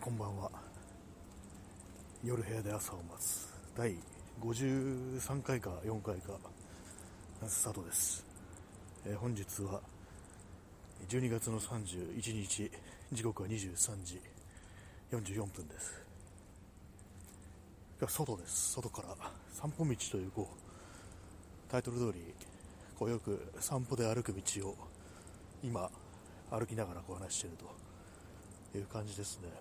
こんばんは。夜部屋で朝を待つ第53回か4回かスタートです。本日は12月の31日、時刻は23時44分です。外です。外から散歩道というタイトル通りよく散歩で歩く道を今歩きながら話しているという感じですね。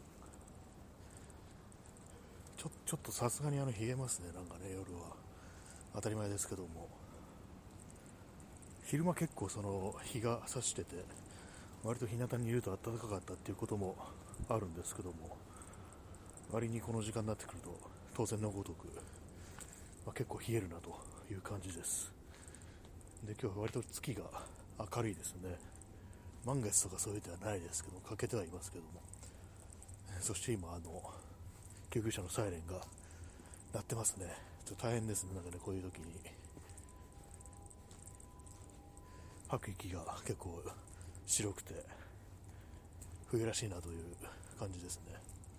ちょっとさすがに冷えますね。なんかね、夜は当たり前ですけども、昼間結構日が差してて割と日向にいると暖かかったっていうこともあるんですけども、割にこの時間になってくると当然のごとく、結構冷えるなという感じです。で、今日は割と月が明るいですね。満月とかそういう手はないですけど、欠けてはいますけども、そして今救急車のサイレンが鳴ってますね。ちょっと大変ですね。なんかね、こういう時に吐く息が結構白くて冬らしいなという感じですね。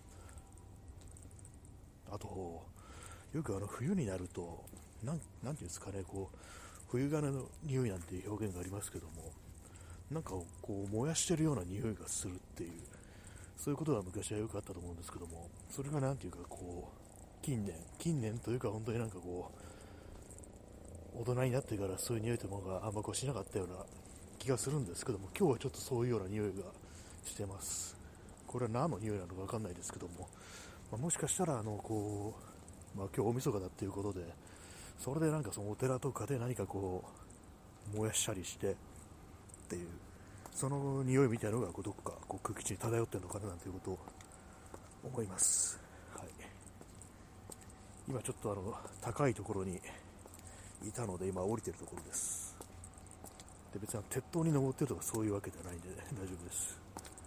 あとよく冬になるとなんていうんですかね、冬金の匂いなんていう表現がありますけども、なんか燃やしてるような匂いがするっていう、そういうことが昔はよくあったと思うんですけども、それがなんていうか近年というか本当になんか大人になってからそういう匂いというものがあんましなかったような気がするんですけども、今日はちょっとそういうような匂いがしてます。これは何の匂いなのか分かんないですけども、もしかしたら今日大晦日だっていうことで、それでなんかそのお寺とかで何か燃やしたりしてっていう、その匂いみたいなのがどこか空気中に漂ってるのかななんていうことを思います。はい、今ちょっと高いところにいたので今降りてるところです。で、別に鉄塔に登ってるとかそういうわけではないんで、大丈夫です。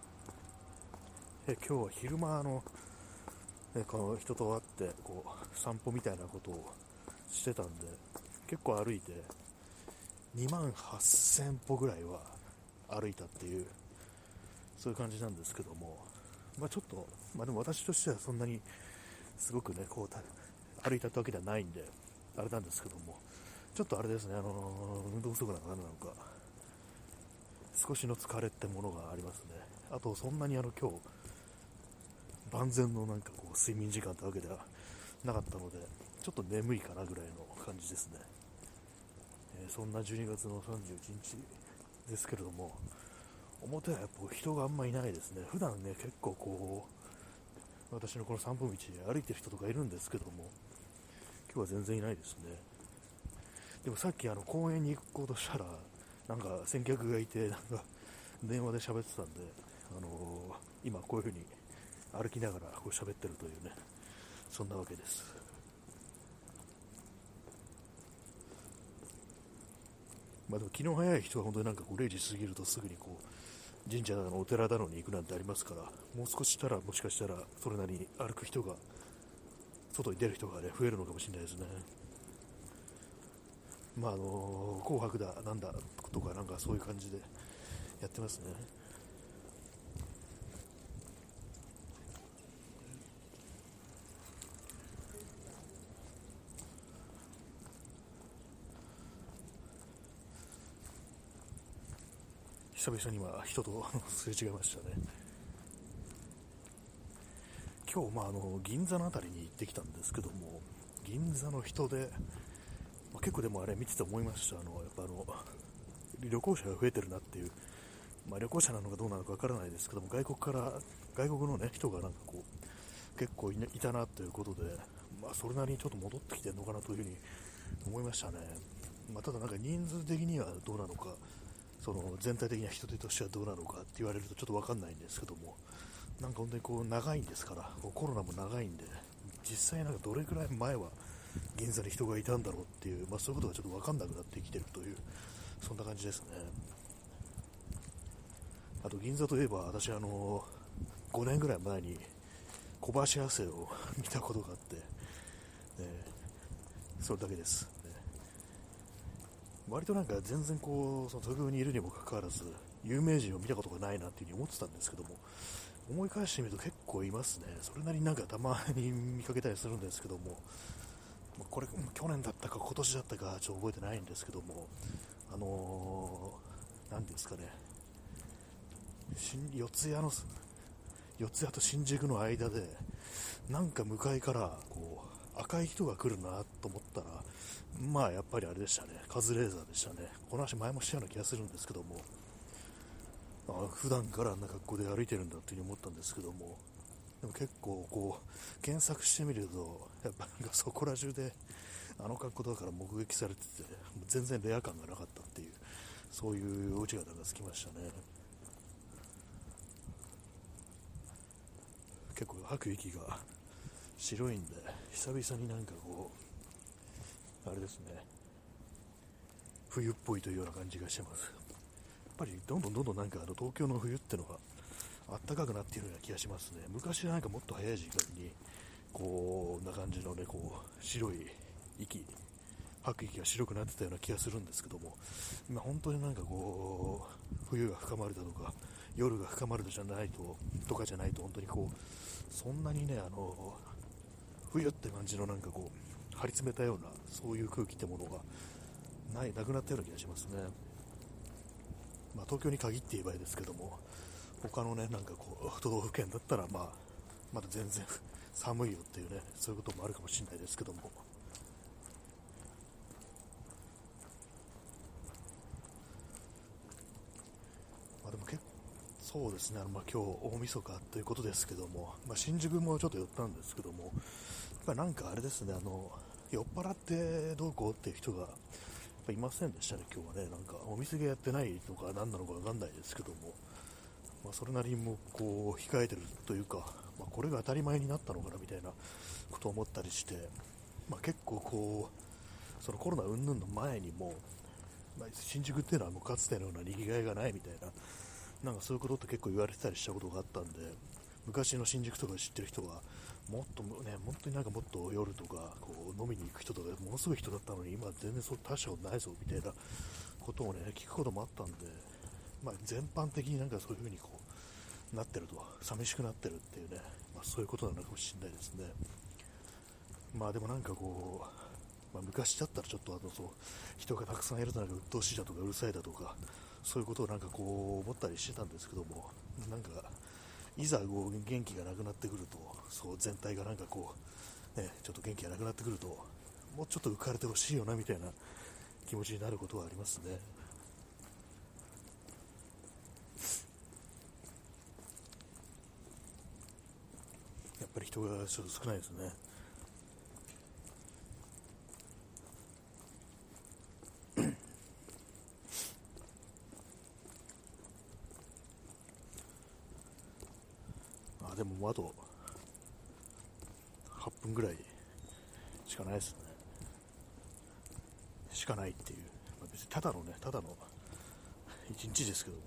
今日は昼間この人と会って散歩みたいなことをしてたんで、結構歩いて2万8000歩ぐらいは歩いたっていう、そういう感じなんですけども、ちょっとでも私としてはそんなにすごくね歩いたってわけではないんであれなんですけども、ちょっとあれですね、運動不足なのか何なのか少しの疲れってものがありますね。あとそんなに今日万全のなんか睡眠時間ってわけではなかったので、ちょっと眠いかなぐらいの感じですね。そんな12月の31日ですけれども、表はやっぱ人があんまいないですね。普段ね、結構私のこの散歩道歩いてる人とかいるんですけども、今日は全然いないですね。でもさっき公園に行こうとしたら、なんか先客がいて、なんか電話で喋ってたんで、今こういう風に歩きながら喋ってるというね、そんなわけです。でも気の早い人は本当になんか0時過ぎるとすぐに神社だのお寺だのに行くなんてありますから、もう少ししたらもしかしたらそれなりに歩く人が、外に出る人がね増えるのかもしれないですね。紅白だなんだとかなんかそういう感じでやってますね。久々に今人とすれ違いましたね。今日銀座のあたりに行ってきたんですけども、銀座の人で、結構でもあれ見てて思いました。やっぱ旅行者が増えてるなっていう、旅行者なのかどうなのかわからないですけども、外国のね人がなんか結構いたなということで、それなりにちょっと戻ってきてるのかなというふうに思いましたね。ただなんか人数的にはどうなのか、全体的な人手としてはどうなのかって言われるとちょっと分かんないんですけども、なんか本当に長いんですから、コロナも長いんで、実際なんかどれくらい前は銀座に人がいたんだろうっていう、そういうことがちょっと分かんなくなってきてるという、そんな感じですね。あと銀座といえば私5年ぐらい前に小橋亜生を見たことがあって、それだけです、割となんか全然その東京にいるにもかかわらず有名人を見たことがないなっていうふうに思ってたんですけども、 思い返してみると結構いますね。それなりになんかたまに見かけたりするんですけども、これ去年だったか今年だったかちょっと覚えてないんですけども、何ですかね、四谷と新宿の間でなんか向かいからこう赤い人が来るなと思ったら、まあやっぱりあれでしたね、カズレーザーでしたね。この話前もしたような気がするんですけども、普段からあんな格好で歩いてるんだというふうに思ったんですけども、でも結構こう検索してみるとやっぱなんかそこら中であの格好だから目撃されてて、全然レア感がなかったっていう、そういうオチがつきましたね。結構吐く息が白いんで、久々になんかこうあれですね、冬っぽいというような感じがしてます。やっぱりどんどんなんか東京の冬ってのが暖かくなっているような気がしますね。昔はなんかもっと早い時間にこんな感じのね、こう白い吐く息が白くなってたような気がするんですけども、今本当になんかこう冬が深まるだとか夜が深まるとかじゃないと本当にこうそんなにね、冬って感じのなんかこう張り詰めたようなそういう空気ってものがなくなったような気がしますね。東京に限って言えばいいですけども、他のね、なんかこう都道府県だったらまだ全然寒いよっていうね、そういうこともあるかもしれないですけども、でもそうですね、今日大晦日ということですけども、新宿もちょっと寄ったんですけども、やっぱなんかあれですね、酔っ払ってどうこうっていう人がやっぱいませんでしたね、今日はね。なんかお店がやってないのか何なのかわかんないですけども、それなりにもこう控えてるというか、これが当たり前になったのかなみたいなことを思ったりして、結構こうそのコロナ云々の前にも、新宿っていうのはもうかつてのようなにぎわいがないみたいな、なんかそういうことって結構言われてたりしたことがあったんで、昔の新宿とか知ってる人はもっとね、本当になんかもっと夜とかこう飲みに行く人とかものすごい人だったのに今全然そう大したことないぞみたいなことをね聞くこともあったんで、全般的になんかそういう風にこうなってると、寂しくなってるっていうね、そういうことなのかもしれないですね。でもなんかこう、昔だったらちょっとそう人がたくさんいるとなんか鬱陶しいだとかうるさいだとかそういうことをなんかこう思ったりしてたんですけども、なんかいざこう元気がなくなってくると、そう全体がなんかこう、ね、ちょっと元気がなくなってくると、もうちょっと浮かれてほしいよなみたいな気持ちになることはありますね。やっぱり人がちょっと少ないですね。でもあと8分ぐらいしかないですね。しかないっていう、別にただの一日ですけどもね。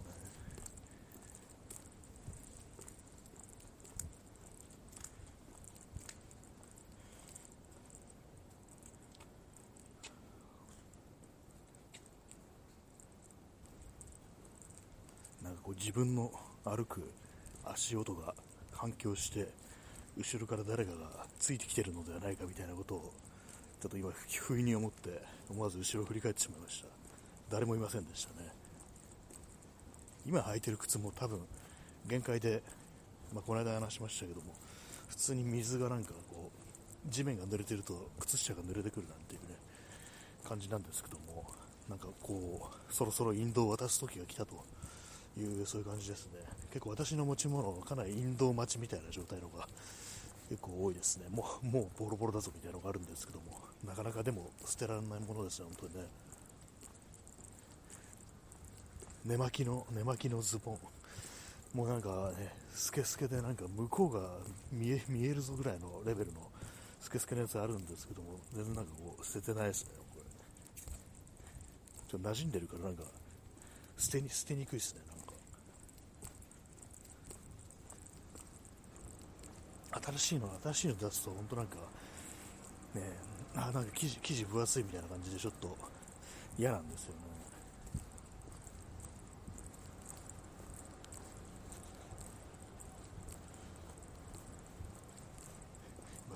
なんかこう自分の歩く足音が反響して後ろから誰かがついてきてるのではないかみたいなことをちょっと今不意に思って思わず後ろを振り返ってしまいました。誰もいませんでしたね。今履いてる靴も多分限界で、この間話しましたけども、普通に水がなんかこう地面が濡れてると靴下が濡れてくるなんていうね感じなんですけども、なんかこうそろそろ引導を渡す時が来たというそういう感じですね。結構私の持ち物かなり引導待ちみたいな状態のが結構多いですね。もうボロボロだぞみたいなのがあるんですけども、なかなかでも捨てられないものですね、本当にね。寝巻きのズボン、もうなんかねスケスケで、なんか向こうが見えるぞぐらいのレベルのスケスケのやつあるんですけども、全然なんかこう捨ててないですね。これちょっと馴染んでるからなんか捨てにくいですね。なんか新しいの出すと本当なんかね、なんか生地分厚いみたいな感じでちょっと嫌なんですよね。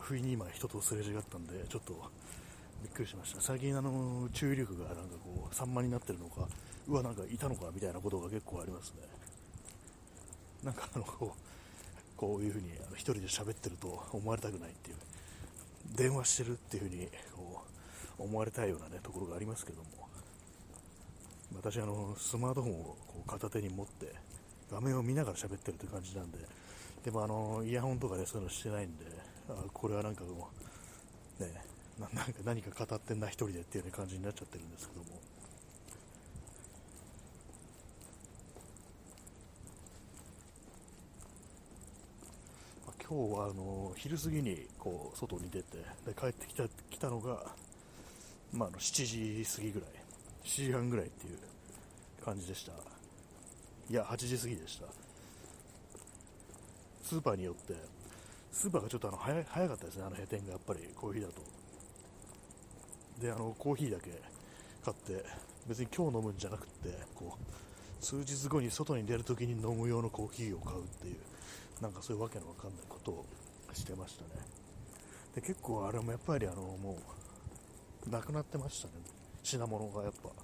不意に今人とすれ違ったんでちょっとびっくりしました。最近注意力がなんかこう散漫になってるのか、うわなんかいたのかみたいなことが結構ありますね。なんかこういう風に一人で喋ってると思われたくないっていう、電話してるっていう風にこう思われたいようなねところがありますけども、私スマートフォンをこう片手に持って画面を見ながら喋ってるという感じなんで、でもイヤホンとかねそういうのしてないんで、これはなんかこうね、なんか何か語ってんな一人でっていう、ね、感じになっちゃってるんですけども、今日は昼過ぎにこう外に出て、で帰ってきたのが、7時過ぎぐらい、7時半ぐらいっていう感じでした。いや8時過ぎでした。スーパーによってスーパーがちょっと早かったですね、閉店が。やっぱりコーヒーだと。でコーヒーだけ買って、別に今日飲むんじゃなくってこう数日後に外に出るときに飲む用のコーヒーを買うっていう、なんかそういうわけのわかんないことをしてましたね。で結構あれもやっぱりもうなくなってましたね、品物が。やっぱ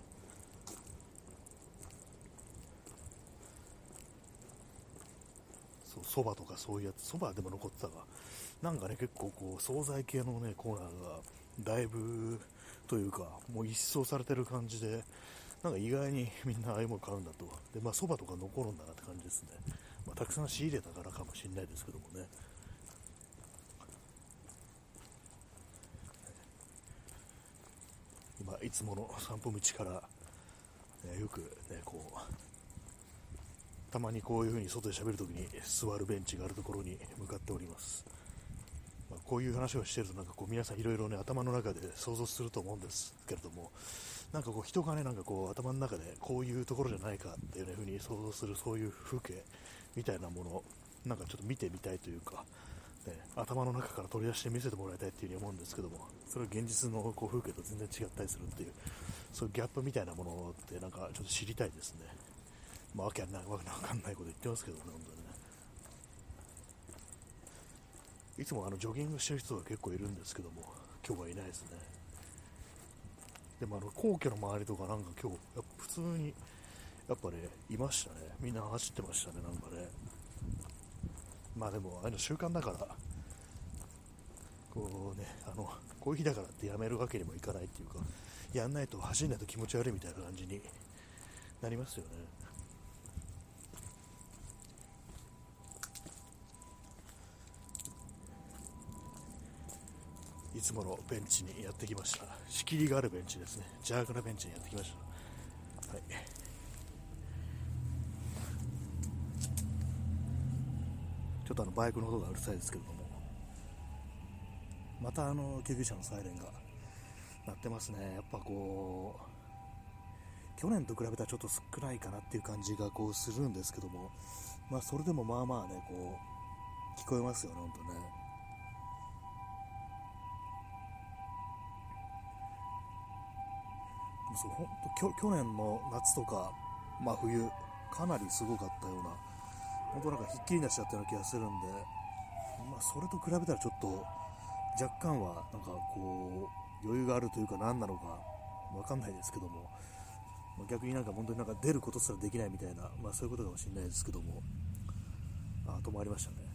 そばとかそういうやつ、そばでも残ってたが、なんかね結構こう惣菜系のねコーナーがだいぶというかもう一掃されてる感じで、なんか意外にみんなああいうもの買うんだと。でそばとか残るんだなって感じですね。たくさん仕入れたからかもしれないですけどもね。今いつもの散歩道から、よくねこうたまにこういう風に外で喋るときに座るベンチがあるところに向かっております。こういう話をしているとなんかこう皆さんいろいろね頭の中で想像すると思うんですけれども、なんかこう人がねなんかこう頭の中でこういうところじゃないかっていう風に想像するそういう風景みたいなもの、なんかちょっと見てみたいというか、ね、頭の中から取り出して見せてもらいたいっていう風に思うんですけども、それは現実のこう風景と全然違ったりするっていう、そういうギャップみたいなものってなんかちょっと知りたいですね。わけわかんないこと言ってますけどね、本当にね。いつもジョギングしてる人が結構いるんですけども、今日はいないですね。でも皇居の周りとかなんか今日普通にやっぱねいましたね。みんな走ってましたね、なんかね。でもああいうの習慣だから、こうねコーヒーだからってやめるわけにもいかないっていうか、やんないと走んないと気持ち悪いみたいな感じになりますよね。いつものベンチにやってきました。仕切りがあるベンチですね。邪悪なベンチにやってきました。はい。ちょっとバイクの音がうるさいですけれども、また救急車のサイレンが鳴ってますね。やっぱこう去年と比べたらちょっと少ないかなっていう感じがこうするんですけども、それでもまあまあねこう聞こえますよね、本当ね。そうほんと去年の夏とか、冬かなりすごかったような、本当なんかひっきりなしちゃったような気がするんで、それと比べたらちょっと若干はなんかこう余裕があるというか何なのかわかんないですけども、逆になんか本当になんか出ることすらできないみたいな、そういうことかもしれないですけども、止まりましたね。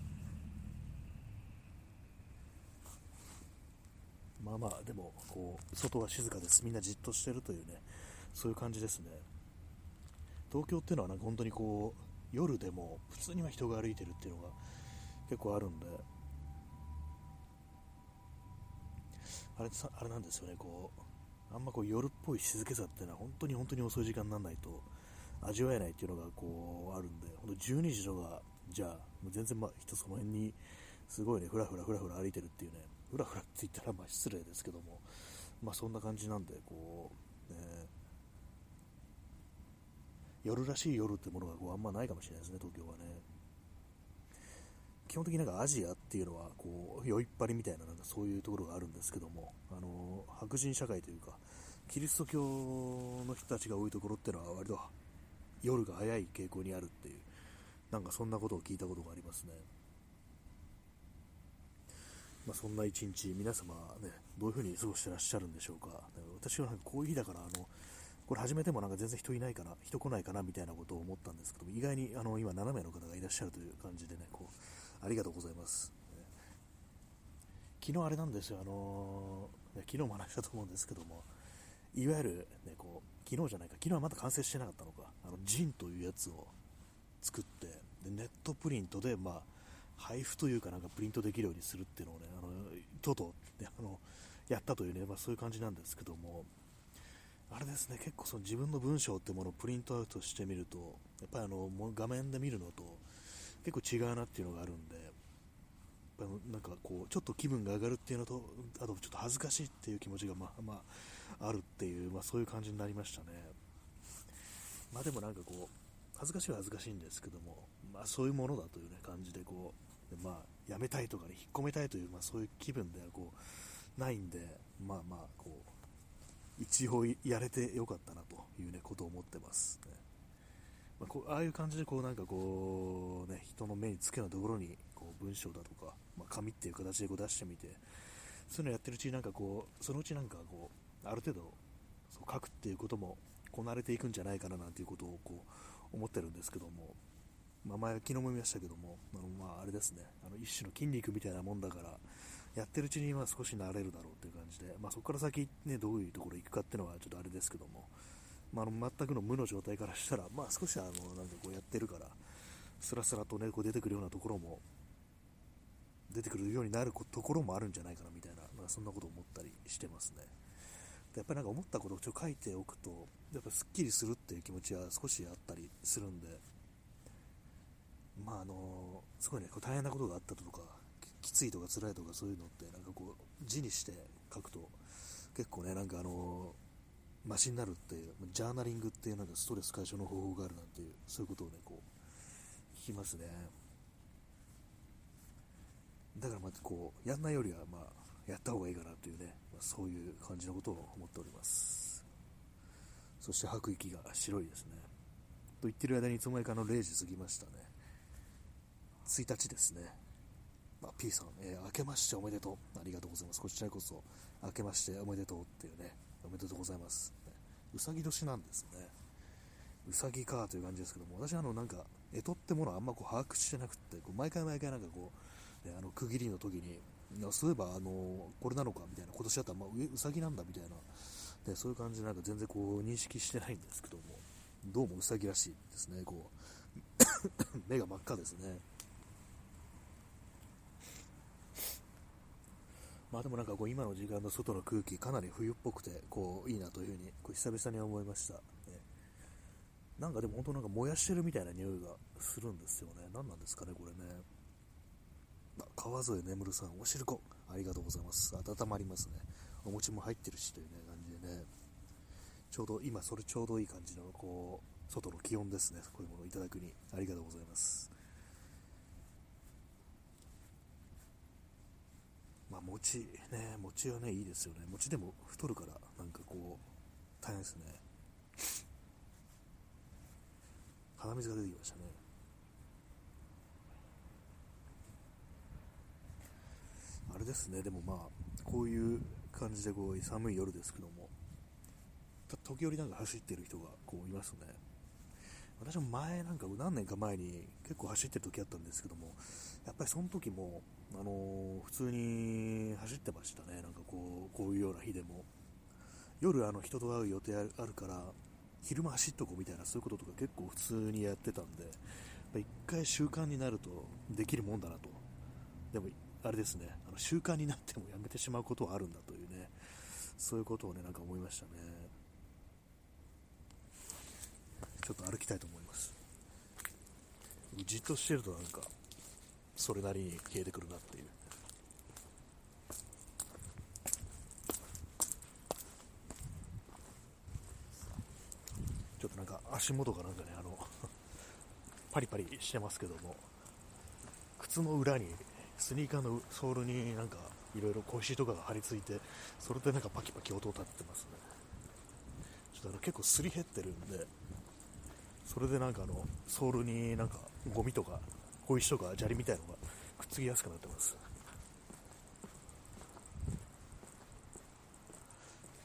でもこう外は静かです。みんなじっとしてるというね、そういう感じですね。東京っていうのはなんか本当にこう夜でも普通には人が歩いてるっていうのが結構あるんで、あれなんですよね、こうあんまこう夜っぽい静けさっていうのは本当に遅い時間にならないと味わえないっていうのがこうあるんで、本当12時とかじゃあもう全然人その辺にすごいねふらふら歩いてるっていうね、ふらふらって言ったら失礼ですけども、そんな感じなんでこう、ね、夜らしい夜ってものがこうあんまないかもしれないですね、東京はね。基本的になんかアジアっていうのはこう酔いっぱりみたいな、なんかそういうところがあるんですけども、白人社会というかキリスト教の人たちが多いところっていうのは割と夜が早い傾向にあるっていう、なんかそんなことを聞いたことがありますね。 そんな一日、皆様ね、どういう風に過ごしてらっしゃるんでしょうか。私はなんかこういう日だから、これ始めてもなんか全然人いないかな、人来ないかなみたいなことを思ったんですけども、意外に今7名の方がいらっしゃるという感じでね、ありがとうございます。昨日あれなんですよ、昨日も話したと思うんですけども、いわゆる、ね、昨日じゃないか、昨日はまだ完成してなかったのか、ジンというやつを作って、でネットプリントで、配布というかなんかプリントできるようにするっていうのをね、とうとう、ね、やったというね、そういう感じなんですけども、あれですね、結構その自分の文章ってものをプリントアウトしてみると、やっぱり画面で見るのと結構違うなっていうのがあるんで、やっぱなんかちょっと気分が上がるっていうのと、あとちょっと恥ずかしいっていう気持ちがあるっていう、そういう感じになりましたね。でもなんか恥ずかしいは恥ずかしいんですけども、そういうものだというね感じでやめたいとかね、引っ込めたいという、そういう気分ではないんで、一応やれてよかったなというねことを思ってますね。ああいう感じでなんかね、人の目につくようなところに文章だとか、紙っていう形で出してみて、そういうのやってるうちになんかそのうちなんかある程度書くっていうこともこなれていくんじゃないかななんていうことを思ってるんですけども、昨日も見ましたけども、あれですね、一種の筋肉みたいなもんだからやってるうちに少し慣れるだろうっていう感じで、そこから先、ね、どういうところ行くかっていうのはちょっとあれですけども、全くの無の状態からしたら、少しなんかやってるからスラスラとね出てくるようなところも出てくるようになるところもあるんじゃないかなみたいな、そんなことを思ったりしてますね。でやっぱりなんか思ったことを書いておくと、やっぱすっきりするっていう気持ちは少しあったりするんで、すごいね大変なことがあったとかきついとか辛いとかそういうのってなんか字にして書くと結構ねなんかマシになるっていう、ジャーナリングっていうなんかストレス解消の方法があるなんていう、そういうことをね聞きますね。だからやんないよりはやった方がいいかなというね、そういう感じのことを思っております。そして吐く息が白いですね。と言ってる間にいつの間にか0時過ぎましたね。1日ですね。P さん、明けましておめでとう。ありがとうございます。こちらこそ明けましておめでとうっていうね、おめでとうございます。うさぎ年なんですね。うさぎかという感じですけども、私なんか干支ってものはあんま把握してなくて、毎回なんか区切りの時にそういえばこれなのかみたいな、今年だったらうさぎなんだみたいな、でそういう感じでなんか全然認識してないんですけども、どうもうさぎらしいですね。目が真っ赤ですね。でもなんか今の時間の外の空気かなり冬っぽくていいなというふうに久々に思いました、ね。なんかでも本当なんか燃やしてるみたいな匂いがするんですよね。何なんですかねこれね。川添眠さん、おしるこありがとうございます。温まりますね。お餅も入ってるしというね感じでね、ちょうど今それちょうどいい感じの外の気温ですね。こういうものをいただくにありがとうございます。餅はねいいですよね。餅でも太るからなんか大変ですね。鼻水が出てきましたね。あれですね。でもこういう感じで寒い夜ですけども、時折なんか走ってる人がいますね。私もなんか何年か前に結構走ってる時あったんですけども、やっぱりその時も、普通に走ってましたね。なんかこういうような日でも夜人と会う予定あるから昼間走っとこうみたいな、そういうこととか結構普通にやってたんで、一回習慣になるとできるもんだなと。でもあれですね、習慣になってもやめてしまうことはあるんだというね、そういうことをねなんか思いましたね。ちょっと歩きたいと思います。じっとしてるとなんかそれなりに冷えてくるなっていう。ちょっとなんか足元がなんかねパリパリしてますけども、靴の裏にスニーカーのソールになんかいろいろ小石とかが張り付いて、それでなんかパキパキ音を立ってますね。ちょっと結構すり減ってるんで、それでなんかソールになんかゴミとか小石とか砂利みたいのがくっつきやすくなってます。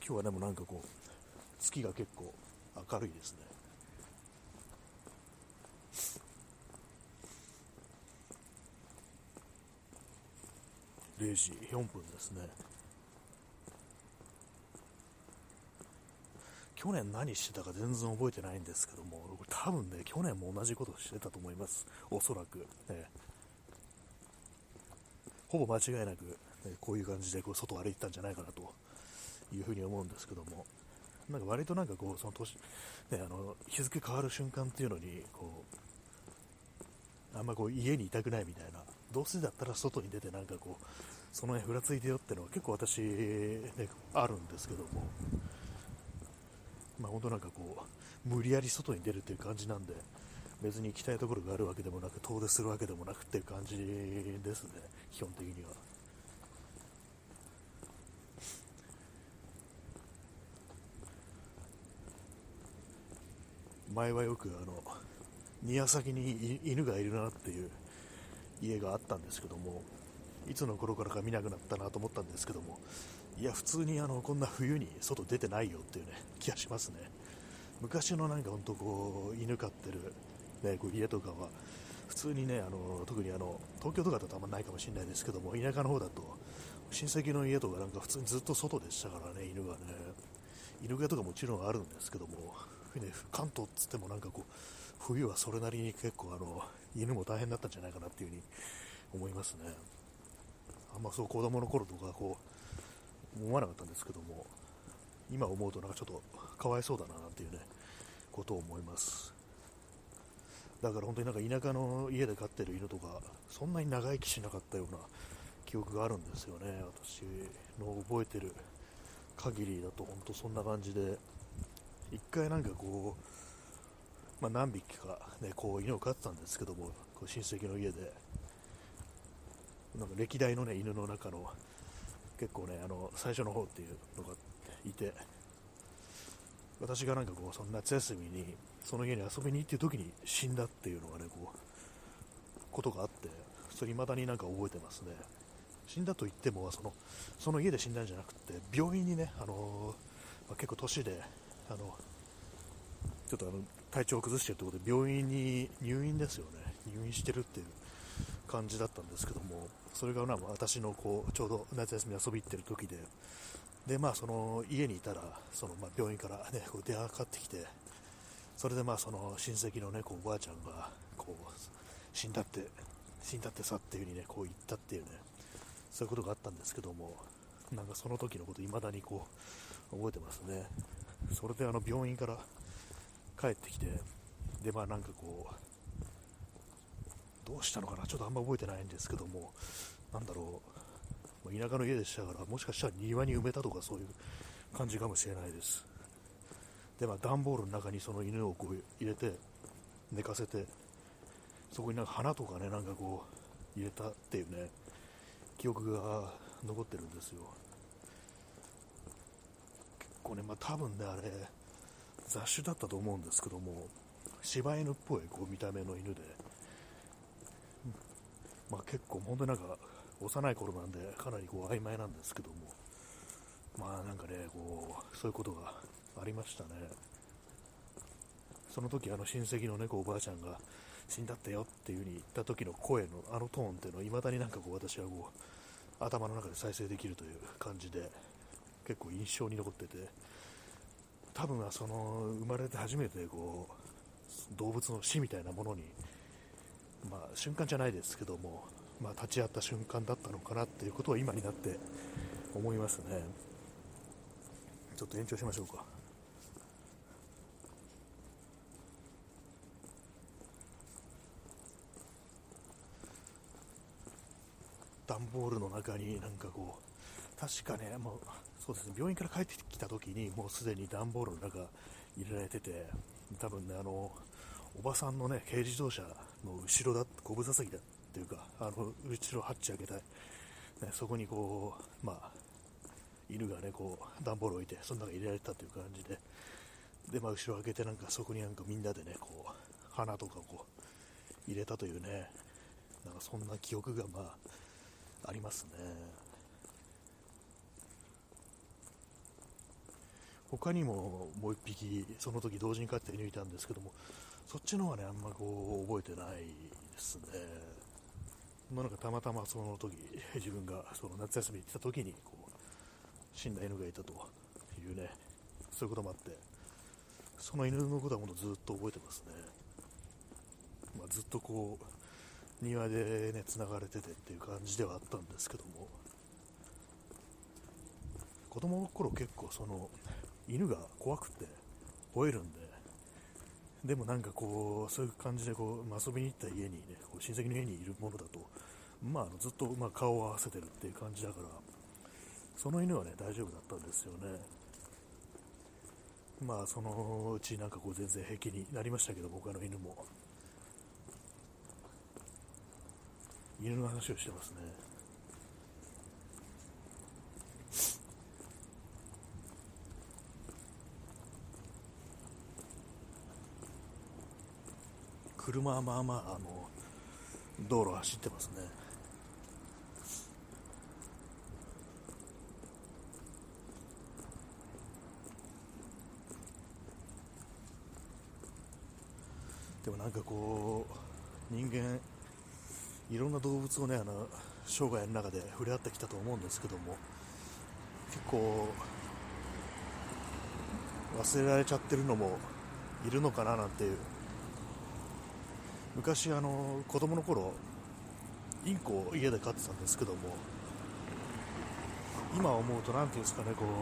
今日はでもなんかこう月が結構明るいですね。0時4分ですね。去年何してたか全然覚えてないんですけども、多分ね、去年も同じことしてたと思います。おそらく。ほぼ間違いなく、こういう感じでこう外を歩いてたんじゃないかなというふうに思うんですけども、なんか割となんかこう、その年、日付変わる瞬間っていうのに、こう、あんまこう家にいたくないみたいな、どうせだったら外に出てなんかこう、その辺ふらついてよってのは結構私、ね、あるんですけども、まあ本当なんかこう、無理やり外に出るっていう感じなんで、別に行きたいところがあるわけでもなく、遠出するわけでもなくっていう感じですね、基本的には。前はよく庭先に犬がいるなっていう家があったんですけども、いつの頃からか見なくなったなと思ったんですけども、いや普通にこんな冬に外出てないよっていうね気がしますね。昔のなんか本当こう犬飼ってる、ね、こう家とかは普通にね特に東京とかだとあんまないかもしれないですけども、田舎の方だと親戚の家とかなんか普通にずっと外でしたからね、犬がね。犬小屋とかもちろんあるんですけども、ね、関東っつってもなんかこう冬はそれなりに結構犬も大変だったんじゃないかなっていう風に思いますね。あんまそう子供の頃とかこう思わなかったんですけども、今思うとなんかちょっとかわいそうだななんていうねことを思います。だから本当になんか田舎の家で飼ってる犬とかそんなに長生きしなかったような記憶があるんですよね。私の覚えてる限りだと本当そんな感じで、一回なんかこう、何匹か、ね、こう犬を飼ってたんですけども、こう親戚の家でなんか歴代の、ね、犬の中の結構ね最初の方っていうのがいて、私がなんかこうその夏休みにその家に遊びに行ってる時に死んだっていうのがねこうことがあって、それ未だになんか覚えてますね。死んだと言ってもその家で死んだんじゃなくて病院にね、結構年でちょっと体調を崩しているということで病院に入院ですよね、入院してるっていう感じだったんですけども、それが私のこうちょうど夏休み遊び行ってる時で、その家にいたら病院から、ね、こう電話がかかってきて、それでその親戚の、ね、こうおばあちゃんがこう死んだってさっていう風にねこう言ったっていうね、そういうことがあったんですけども、なんかその時のこと未だにこう覚えてますね。それで病院から帰ってきて、でなんかこうどうしたのかな、ちょっとあんま覚えてないんですけども、なんだろう、田舎の家でしたからもしかしたら庭に埋めたとかそういう感じかもしれないです。で段ボールの中にその犬をこう入れて寝かせて、そこになんか花とかねなんかこう入れたっていうね記憶が残ってるんですよ。結構ね多分ねあれ雑種だったと思うんですけども、柴犬っぽいこう見た目の犬で、結構本当になんか幼い頃なんでかなりこう曖昧なんですけども、なんかねこうそういうことがありましたね。その時親戚の猫おばあちゃんが死んだってよっていう風に言った時の声のトーンっていうのを未だになんかこう私はこう頭の中で再生できるという感じで結構印象に残ってて、多分はその生まれて初めてこう動物の死みたいなものに、瞬間じゃないですけども、立ち会った瞬間だったのかなっていうことを今になって思いますね。ちょっと延長しましょうか。段ボールの中になんかこう確かねそうですね、病院から帰ってきた時にもうすでに段ボールの中入れられてて、多分ねおばさんのね軽自動車の後ろ後部座席だっていうか後ろハッチ開けたい、ね、そこにこう犬がねこう段ボールを置いてその中に入れられたという感じで、後ろ開けてなんかそこになんかみんなでねこう花とかをこう入れたというね、なんかそんな記憶がありますね。 他にももう一匹その時同時に飼って犬いたんですけども、そっちの方がねあんまこう覚えてないですね。なんかたまたまその時自分がその夏休みに行ってた時にこう死んだ犬がいたというね、そういうこともあってその犬のことはもうずっと覚えてますね。ずっとこう庭でね繋がれててっていう感じではあったんですけども、子供の頃結構その犬が怖くて吠えるんで、でもなんかこうそういう感じでこう、遊びに行った家にねこう親戚の家にいるものだと、ずっと顔を合わせてるっていう感じだから、その犬はね大丈夫だったんですよね。そのうちなんかこう全然平気になりましたけど、他の犬も犬の話をしてますね。車は道路走ってますね。でもなんかこう人間いろんな動物をね生涯の中で触れ合ってきたと思うんですけども、結構忘れられちゃってるのもいるのかななんていう。昔子供の頃インコを家で飼ってたんですけども、今思うとなんていうんですかね、こ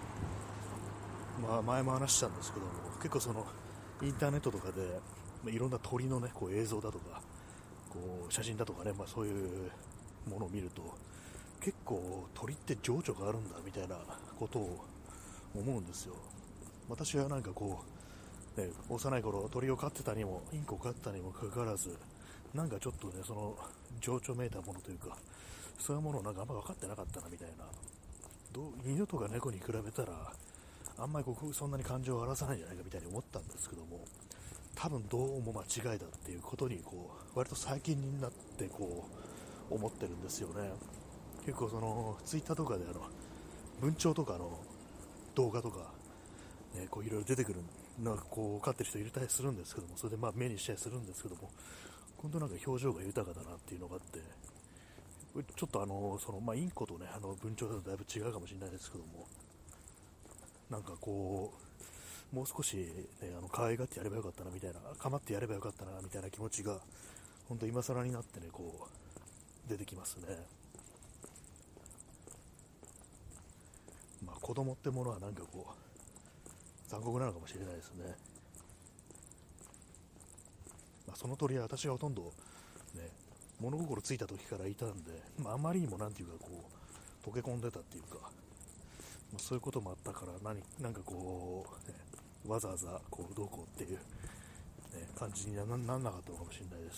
う、前も話したんですけども、結構そのインターネットとかで、いろんな鳥のねこう映像だとかこう写真だとかね、そういうものを見ると結構鳥って情緒があるんだみたいなことを思うんですよ。私はなんかこう、幼い頃鳥を飼ってたにもインコを飼ってたにもかかわらず、なんかちょっとねその情緒めいたものというか、そういうものをなんかあんま分かってなかったなみたいな。犬とか猫に比べたらあんまりそんなに感情を荒らさないんじゃないかみたいに思ったんですけども、多分どうも間違いだっていうことにこう割と最近になってこう思ってるんですよね。結構そのツイッターとかで文鳥とかの動画とか、こういろいろ出てくるなんかこう飼ってる人いたりするんですけども、それで目にしたりするんですけども、本当なんか表情が豊かだなっていうのがあって、ちょっとインコとね文鳥だとだいぶ違うかもしれないですけども、なんかこうもう少し、ね、可愛がってやればよかったなみたいな、構ってやればよかったなみたいな気持ちが本当今更になってねこう出てきますね。子供ってものはなんかこう残酷なのかもしれないですね。その鳥は私がほとんどね物心ついた時からいたんで、あまりにもなんていうかこう溶け込んでたっていうか、そういうこともあったからなんかこう、わざわざこうどうこうっていう、感じにならなかったのかもしれないです。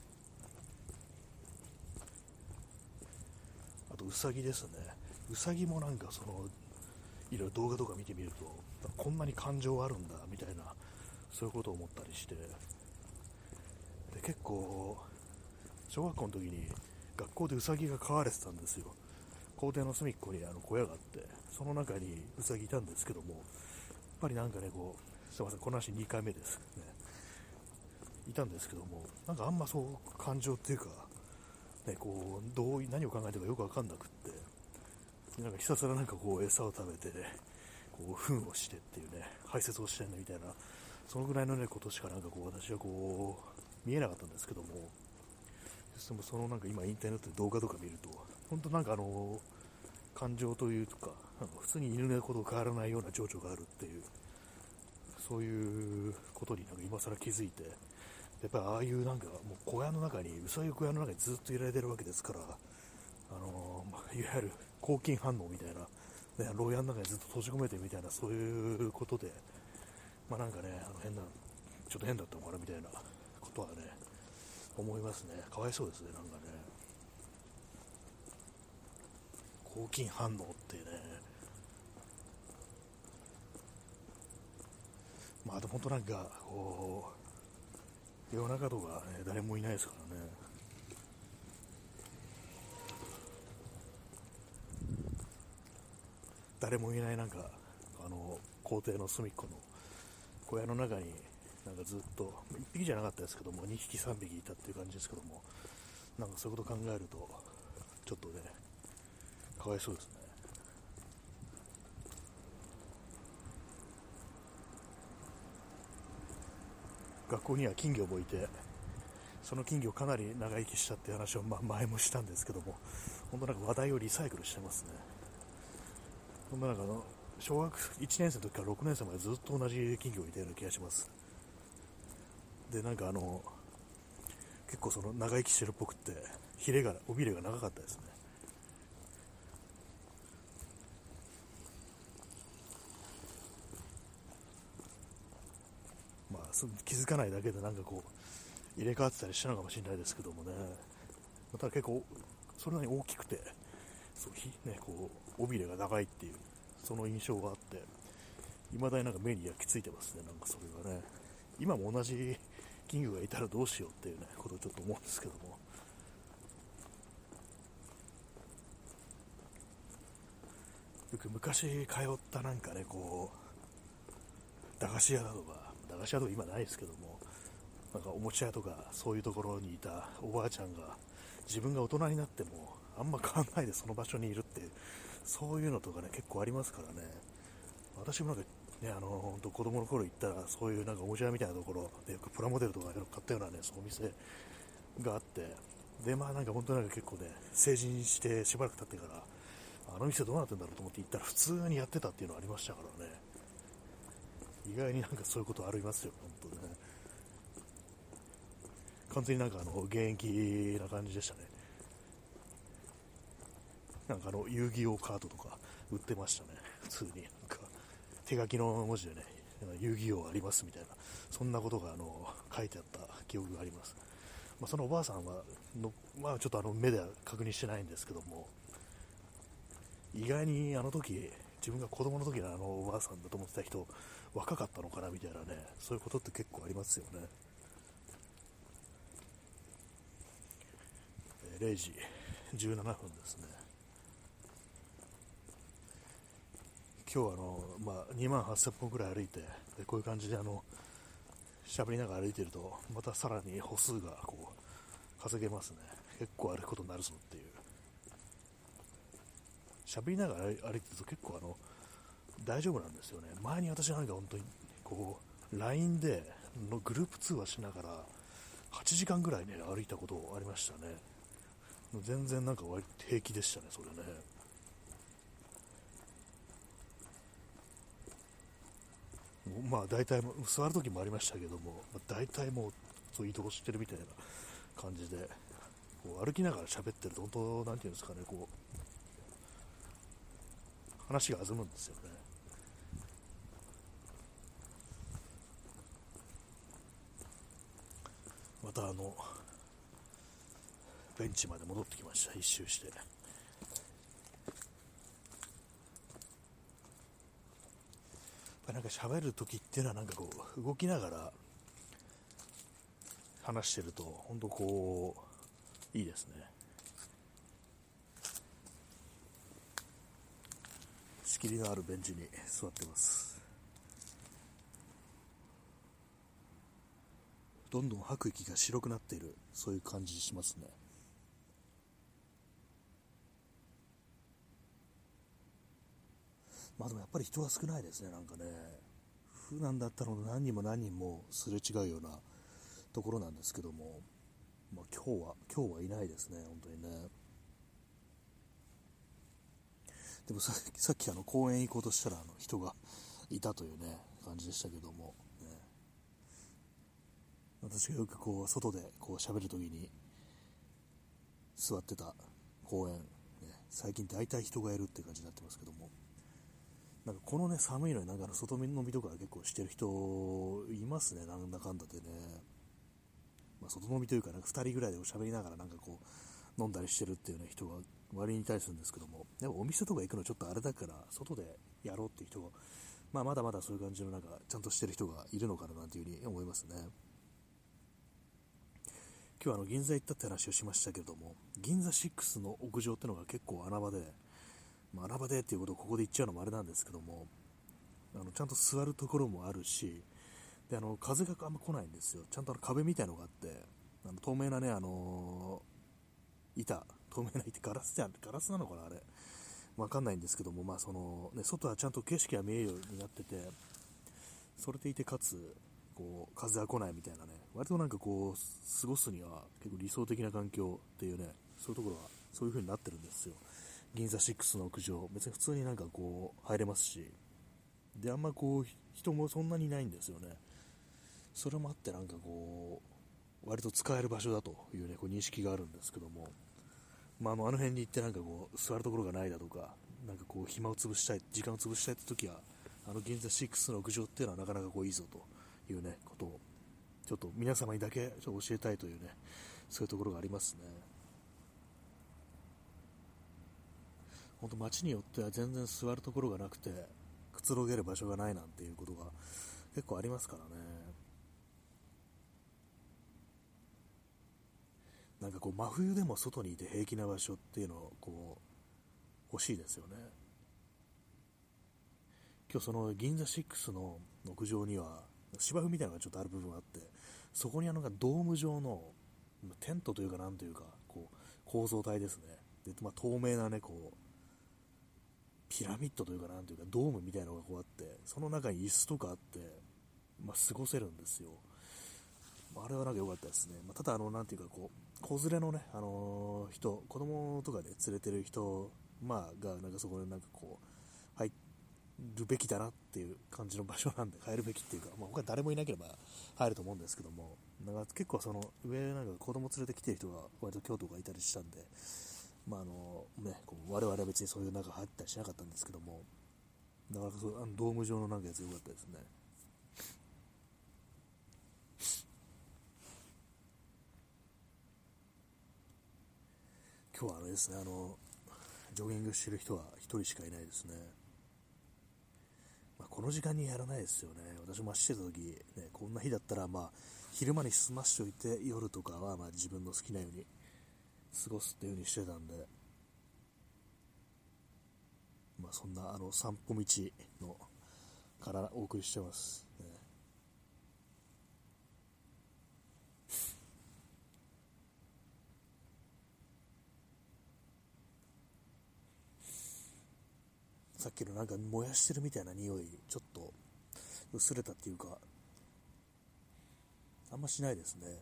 あとウサギですね。ウサギもなんかいろいろ動画とか見てみると、こんなに感情あるんだみたいな、そういうことを思ったりして、で結構小学校の時に学校でウサギが飼われてたんですよ。校庭の隅っこに小屋があって、その中にウサギいたんですけども、やっぱりなんかねこう、すいませんこの話2回目ですね、いたんですけども、なんかあんまそう感情っていうか、こう何を考えてるかよく分かんなくって、なんかひたすらなんかこう餌を食べてね、こう糞をしてっていうね、排泄をしてんねみたいな、そのぐらいのねことしかなんかこう私はこう見えなかったんですけども、でもそのなんか今インターネットで動画とか見ると、本当なんか感情というか、普通に犬猫と変わらないような情緒があるっていう、そういうことになんか今更気づいて、やっぱりああいうなんかもう小屋の中に、うさぎ小屋の中にずっといられてるわけですから、いわゆる抗菌反応みたいな、牢屋の中にずっと閉じ込めてみたいな、そういうことで、なんかね、ちょっと変だったのかなみたいなことはね、思いますね。かわいそうですね、なんかね。抗菌反応ってね、でも本当なんか、こう、夜中とかね、誰もいないですからね。誰もいないなんか、 校庭の隅っこの小屋の中になんかずっと1匹じゃなかったですけども2匹3匹いたっていう感じですけども、なんかそういうこと考えるとちょっとねかわいそうですね。学校には金魚もいて、その金魚かなり長生きしたっていう話を前もしたんですけども、本当なんか話題をリサイクルしてますね。本当なんか小学1年生の時から6年生までずっと同じ金魚がいたような気がします。でなんか結構その長生きしてるっぽくって尾びれが長かったですね。気づかないだけでなんかこう入れ替わってたりしたのかもしれないですけどもね。ただ結構それなりに大きくてこう尾びれが長いっていうその印象があって、未だになんか目に焼き付いてますね。なんかそれがね、今も同じ金魚がいたらどうしようっていうねことをちょっと思うんですけども、よく昔通ったなんかねこう駄菓子屋だとか今ないですけども、なんかおもちゃ屋とかそういうところにいたおばあちゃんが自分が大人になってもあんま変わんないでその場所にいるっていう、そういうのとかね結構ありますからね。私もなんかね本当子供の頃行ったらそういうなんかおもちゃ屋みたいなところでよくプラモデルとか買ったようなねそういうお店があって、でなんか本当なんか結構ね成人してしばらく経ってからあの店どうなってんだろうと思って行ったら普通にやってたっていうのありましたからね。意外になんかそういうことありますよ本当にね。完全になんか現役な感じでしたね。なんか遊戯王カードとか売ってましたね。普通になんか手書きの文字でね、遊戯王ありますみたいな、そんなことが書いてあった記憶があります。そのおばあさんはちょっと目では確認してないんですけども、意外に時自分が子供の時のおばあさんだと思ってた人若かったのかなみたいなね、そういうことって結構ありますよね。0時17分ですね。今日は2万8000歩ぐらい歩いて、でこういう感じで喋りながら歩いてるとまたさらに歩数がこう稼げますね。結構歩くことになるぞっていう。喋りながら歩いてると結構大丈夫なんですよね。前に私なんか本当にこう LINE でのグループ通話しながら8時間ぐらいね歩いたことありましたね。全然なんか割と平気でしたねそれね。大体座る時もありましたけども、大体もうそう移動してるみたいな感じでこう歩きながら喋ってると本当なんていうんですかね、こう話が弾むんですよね。またベンチまで戻ってきました。一周してなんか喋るときっていうのはなんかこう動きながら話してると本当こういいですね。仕切りのあるベンチに座ってます。どんどん吐く息が白くなっている、そういう感じしますね。でもやっぱり人は少ないですね。なんかね、普段だったら何人もすれ違うようなところなんですけども、今日はいないですね、本当にね。でもさっき公園行こうとしたら人がいたというね感じでしたけども、ね、私がよくこう外でこう喋るときに座ってた公園、ね、最近大体人がいるって感じになってますけども、なんかこのね寒いのになんか外飲みとか結構してる人いますね。なんだかんだでね、外飲みというかなんか2人ぐらいで喋りながらなんかこう飲んだりしてるっていうね人が割にいたりするんですけども、でもお店とか行くのちょっとあれだから外でやろうっていう人が、まだまだそういう感じのなんかちゃんとしてる人がいるのかななんていうふうに思いますね。今日は銀座行ったって話をしましたけれども、銀座6の屋上ってのが結構穴場でっていうことをここで言っちゃうのもあれなんですけども、 ちゃんと座るところもあるし、で風があんま来ないんですよ。ちゃんと壁みたいのがあって、透明なね、透明な板、ガラスなのかな、あれ。わかんないんですけども、外はちゃんと景色が見えるようになってて、それでいてかつ、風が来ないみたいなね、割と過ごすには結構理想的な環境っていうね、そういうところはそういう風になってるんですよ。銀座6の屋上、別に普通に入れますし、で、あんま人もそんなにいないんですよね。それもあって割と使える場所だというね、認識があるんですけども、あの辺に行って座るところがないだとか、暇を潰したい、時間を潰したいって時は、銀座6の屋上っていうのはなかなかいいぞというね、ことを、ちょっと皆様にだけ教えたいというね、そういうところがありますね。本当街によっては全然座るところがなくて、くつろげる場所がないなんていうことが結構ありますからね。真冬でも外にいて平気な場所っていうのを欲しいですよね。今日その銀座6の屋上には芝生みたいなのがちょっとある部分があって、そこにドーム状のテントというかなんというか構造体ですね。で、透明なねピラミッドというかなんというかドームみたいなのがあって、その中に椅子とかあって、過ごせるんですよ。あれは良かったですね。ただなんていうか子連れのね、人、子供とかで連れてる人、がそこで入るべきだなっていう感じの場所なんで、入るべきっていうか、他誰もいなければ入ると思うんですけども、結構その上子供連れてきてる人が割と京都がいたりしたんで、我々は別にそういう中入ったりしなかったんですけども、だからドーム状のやつ良かったですね。今日はですね、ジョギングしてる人は一人しかいないですね。この時間にやらないですよね。私も走ってた時、ね、こんな日だったら昼間に済ましておいて夜とかは自分の好きなように過ごすっていう風にしてたんで、そんな散歩道のからお送りしてます、ね。さっきの燃やしてるみたいな匂い、ちょっと薄れたっていうか、あんましないですね。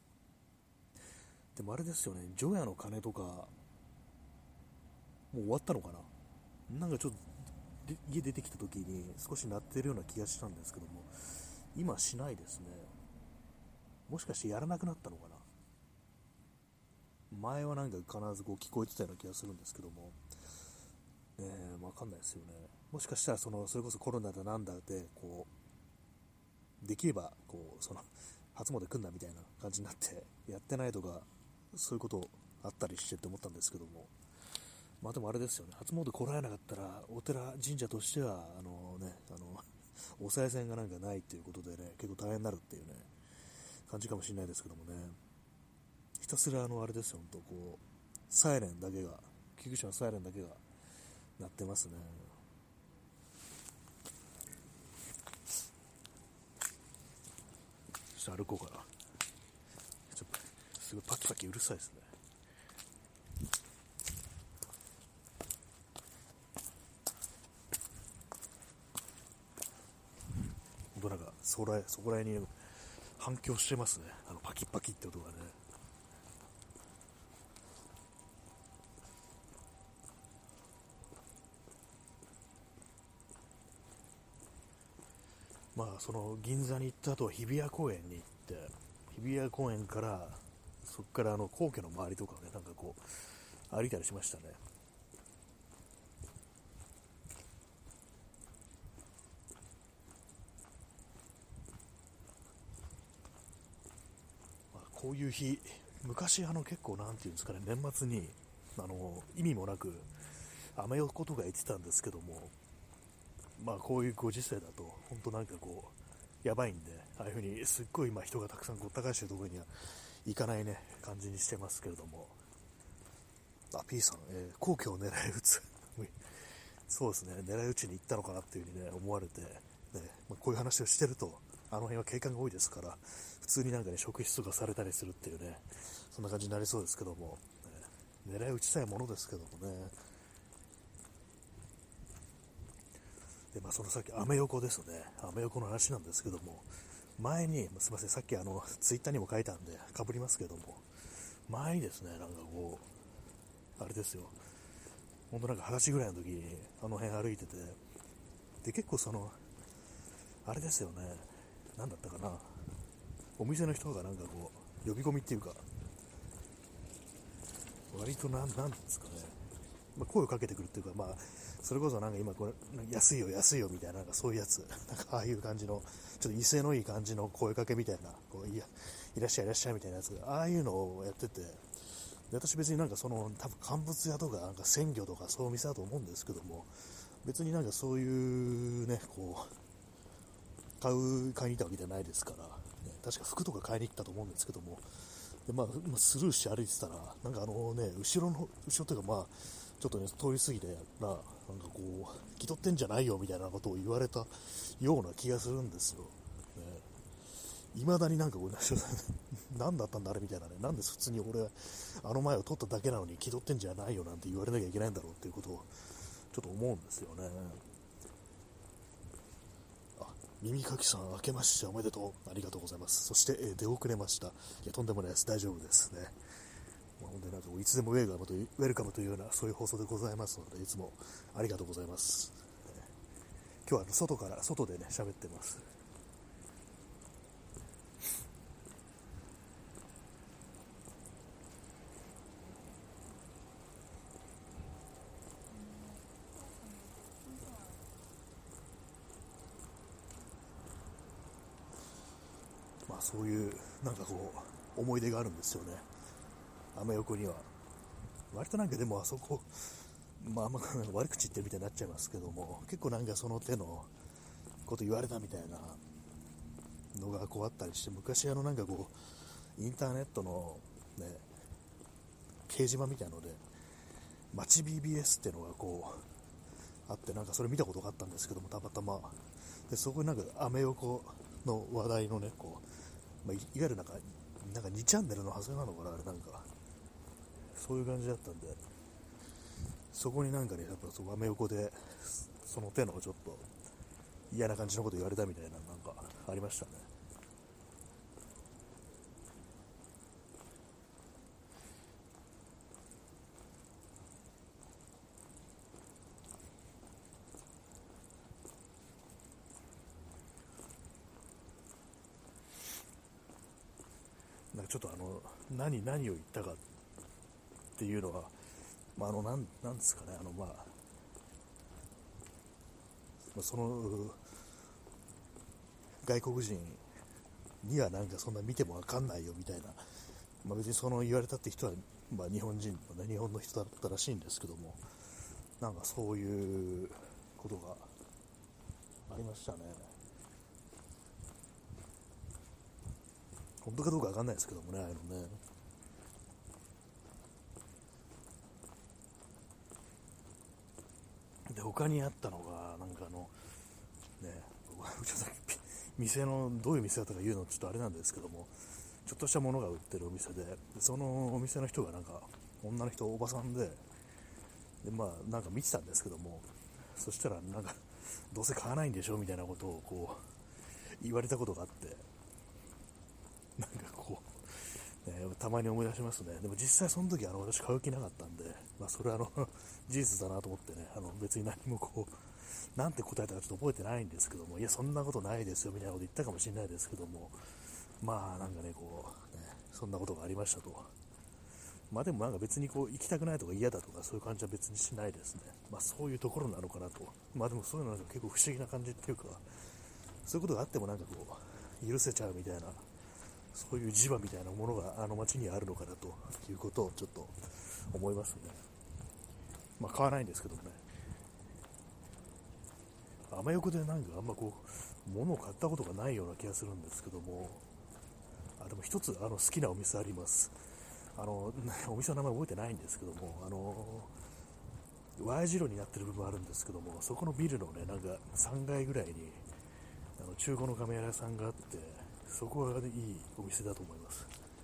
でもあれですよね、除夜の鐘とかもう終わったのかな。ちょっと家出てきた時に少し鳴ってるような気がしたんですけども、今しないですね。もしかしてやらなくなったのかな。前は必ず聞こえてたような気がするんですけども、わかんないですよね。もしかしたらそれこそコロナだなんだでできれば初詣来んなみたいな感じになってやってないとか、そういうことあったりしてって思ったんですけども、でもあれですよね、初詣来られなかったらお寺神社としてはお賽銭がないということでね、結構大変になるっていうね感じかもしれないですけどもね。ひたすらあれですよ、本当サイレンだけが、救急車のサイレンだけが鳴ってますね。ちょっと歩こうかな。ちょっとすごいパキパキうるさいですね。本当そこら辺に反響してますね、パキパキって音がね。その銀座に行った後は日比谷公園に行って、日比谷公園からそこから皇居の周りとかね、歩いたりしましたね。こういう日、昔結構なんていうんですかね、年末に意味もなくアメ横とか言ってたんですけども、こういうご時世だと本当やばいんで、ああいう風にすっごい今人がたくさんごった返してるところには行かないね感じにしてますけれども、P さん、皇居を狙い撃つそうですね、狙い撃ちに行ったのかなっていう風にね、思われて、ね、こういう話をしてると、あの辺は警官が多いですから、普通になんかね、職質とかされたりするっていうね、そんな感じになりそうですけども、狙い撃ちたいものですけどもね。で、そのさっきアメ横ですね、アメ横の話なんですけども、前に、すいません、さっきツイッターにも書いたんで、かぶりますけども、前にですね、なんかこう、あれですよ、ほんとなんか20歳ぐらいの時に、あの辺歩いてて、で、結構あれですよね、なんだったかな、お店の人がなんかこう、呼び込みっていうか、割となんですかね、声をかけてくるっていうか、それこそなんか今これ、安いよ安いよみたいな、なんかそういうやつ、なんかああいう感じの、ちょっと威勢のいい感じの声かけみたいな、こういらっしゃいいらっしゃいみたいなやつが、ああいうのをやってて、で私別になんか多分乾物屋とか、なんか鮮魚とかそういう店だと思うんですけども、別になんかそういうね、こう、買いに行ったわけじゃないですから、ね、確か服とか買いに行ったと思うんですけども、でスルーして歩いてたら、なんか後ろというかちょっとね、通り過ぎてなんかこう、気取ってんじゃないよみたいなことを言われたような気がするんですよ。いまだになんかこう、何だったんだあれみたいなね、なんで普通に俺、あの前を取っただけなのに気取ってんじゃないよなんて言われなきゃいけないんだろうっていうことを、ちょっと思うんですよね。耳かきさん、明けましておめでとう。ありがとうございます。そして、出遅れました。いや、とんでもないです。大丈夫ですね。本当になんかいつでもウェルカムというような、そういう放送でございますので、いつもありがとうございます。今日は外でね、喋ってます。そういう、なんかこう、思い出があるんですよね。アメ横には。割となんかでもあそこ、あんま悪口言ってるみたいになっちゃいますけども、結構なんかその手のこと言われたみたいなのがこうあったりして、昔なんかこう、インターネットのね、掲示板みたいので、街 BBS っていうのがこう、あって、なんかそれ見たことがあったんですけども、たまたま。で、そこになんかアメ横の話題のね、こう、いわゆるなんか2チャンネルのはずなのかな、あれなんか。そういう感じだったんで、そこになんかね、やっぱアメ横で、その手のちょっと嫌な感じのこと言われたみたいな、なんかありましたね。なんかちょっと何を言ったかっていうのは、なんですかね、その外国人にはなんかそんな見てもわかんないよみたいな、別に言われたって人は、日本人のね、日本の人だったらしいんですけども、なんかそういうことがありましたね。本当かどうかわかんないですけどもね、ああいうのね。で、他にあったのが、なんかね、ちょっと店の、どういう店だとか言うのちょっとあれなんですけども、ちょっとしたものが売ってるお店で、そのお店の人がなんか、女の人、おばさんで、なんか見てたんですけども、そしたらなんか、どうせ買わないんでしょみたいなことをこう、言われたことがあって、なんかこう、たまに思い出しますね。でも実際その時私買う気なかったんで、それは事実だなと思ってね、別に何もこう、なんて答えたかちょっと覚えてないんですけども、いや、そんなことないですよみたいなこと言ったかもしれないですけども、なんかね、こう、ね、そんなことがありましたと。でもなんか別にこう行きたくないとか嫌だとかそういう感じは別にしないですね。そういうところなのかなと。でもそういうのなんか結構不思議な感じっていうか、そういうことがあってもなんかこう、許せちゃうみたいな、そういう磁場みたいなものがあの街にあるのかなということをちょっと思いますね。買わないんですけどもね。アメ横でなんかあんまこう、物を買ったことがないような気がするんですけども、でも一つ好きなお店あります。お店の名前覚えてないんですけども、 Y 字路になってる部分あるんですけども、そこのビルのね、なんか3階ぐらいに中古のカメラ屋さんがあって、そこが、ね、いいお店だと思います。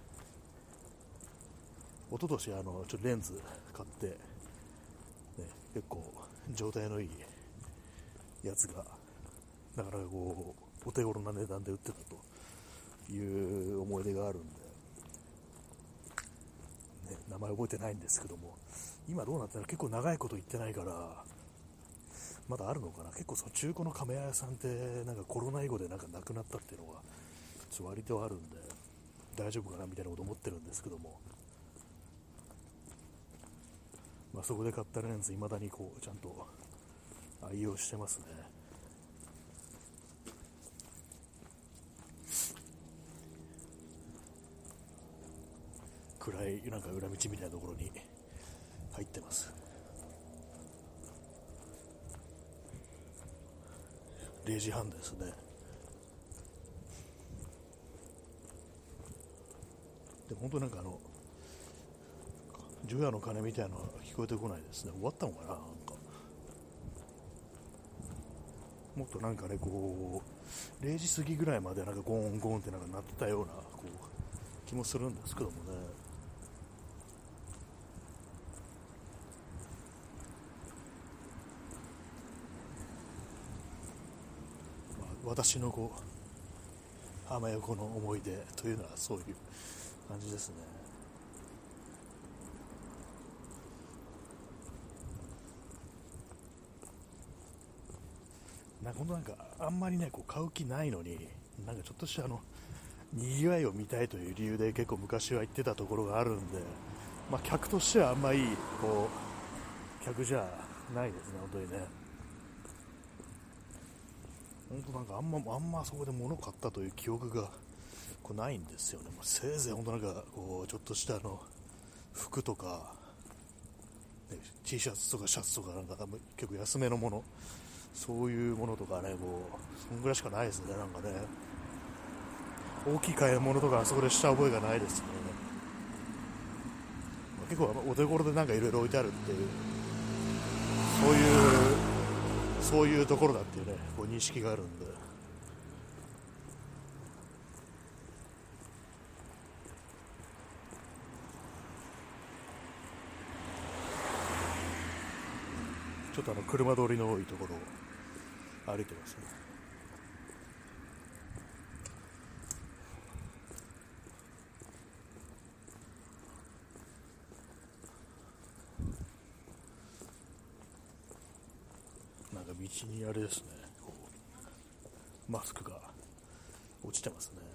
一昨年ちょっとレンズ買って、ね、結構状態のいいやつがなかなかこうお手頃な値段で売ってたという思い出があるんで、ね、名前覚えてないんですけども、今どうなってるの、結構長いこと行ってないからまだあるのかな。結構その中古のカメラ屋さんってなんかコロナ以後でなんかなくなったっていうのがちょっと割とあるんで、大丈夫かなみたいなこと思ってるんですけども、まあ、そこで買ったレンズ未だにこうちゃんと愛用してますね。暗いなんか裏道みたいなところに入ってます。0時半ですね。でも本当なんか除夜の鐘みたいなのは聞こえてこないですね。終わったのかな。なんかもっとなんかね、こう0時過ぎぐらいまでなんかゴーンゴーンってなんか鳴ってたようなこう気もするんですけどもね。まあ、私のこう浜横の思い出というのはそういう感じですね。なんかあんまりねこう買う気ないのに、なんかちょっとしたにぎわいを見たいという理由で結構昔は行ってたところがあるんで、まあ、客としてはあんまいいこう客じゃないですね、本当にね。本当なんかあんまそこで物買ったという記憶がこうないんですよね。まあ、せいぜい本当なんかこうちょっとした服とか、ね、T シャツとかシャツとかなんか結構安めのもの、そういうものとかね、こうそんぐらいしかないですね。なんかね、大きい買い物とかあそこでした覚えがないですね。まあ、結構お手頃でなんかいろいろ置いてあるっていう、そういうそういうところだっていうね、こう認識があるんで、ちょっと車通りの多いところを歩いてますね。なんか道にあれですね、こうマスクが落ちてますね。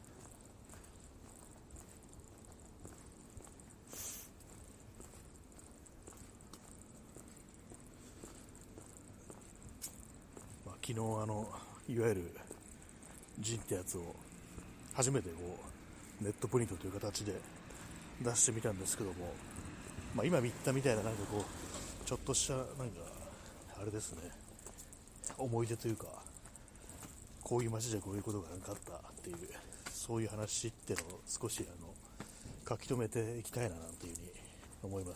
まあ、昨日いわゆるジンってやつを初めてこうネットプリントという形で出してみたんですけども、まあ、今見たみたいななんかこうちょっとしたなんかあれですね、思い出というか、こういう街でこういうことがなかったっていう、そういう話ってのを少し書き留めていきたいななんていうふうに思います。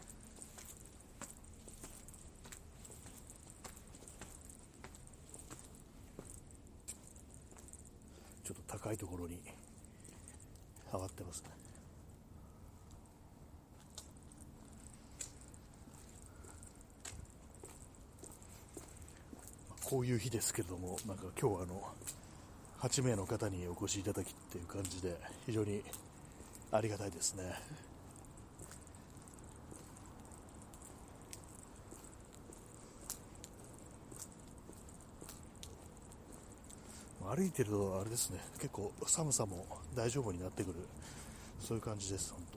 ちょっと高いところに上がってますね。こういう日ですけれども、なんか今日は8名の方にお越しいただきっていう感じで非常にありがたいですね。歩いてるとあれですね、結構寒さも大丈夫になってくる、そういう感じです。本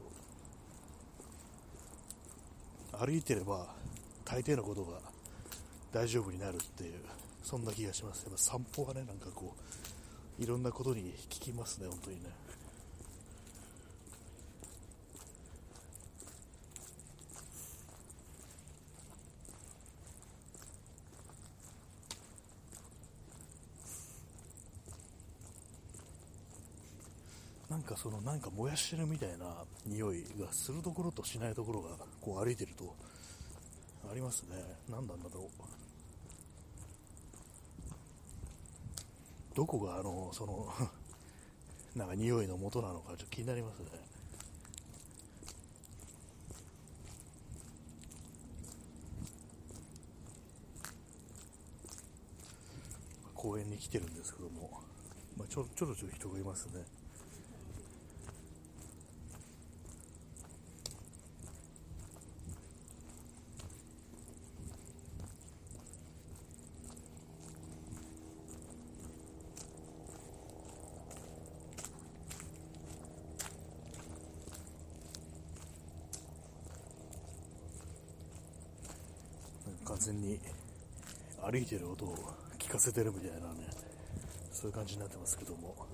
当歩いてれば大抵のことが大丈夫になるっていう、そんな気がします。やっぱ散歩はね、なんかこういろんなことに効きますね、本当にね。なんかなんか燃やしてるみたいな匂いがするところとしないところがこう歩いてるとありますね。何なんだろう。どこがそのなんか匂いの元なのかちょっと気になりますね。公園に来てるんですけども、ちょろちょろ人がいますね。完全に歩いてる音を聞かせてるみたいなね、そういう感じになってますけども、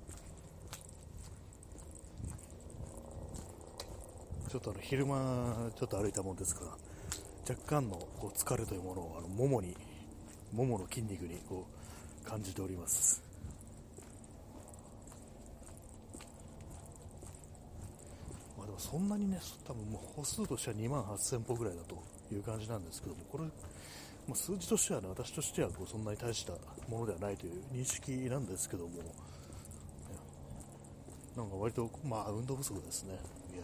ちょっと昼間ちょっと歩いたもんですから若干のこう疲れというものをももの筋肉にこう感じております。でもそんなにね、多分もう歩数としては2万8000歩ぐらいだという感じなんですけども、これ、数字としてはね、私としてはこうそんなに大したものではないという認識なんですけども、なんか割と運動不足ですね、いわゆる。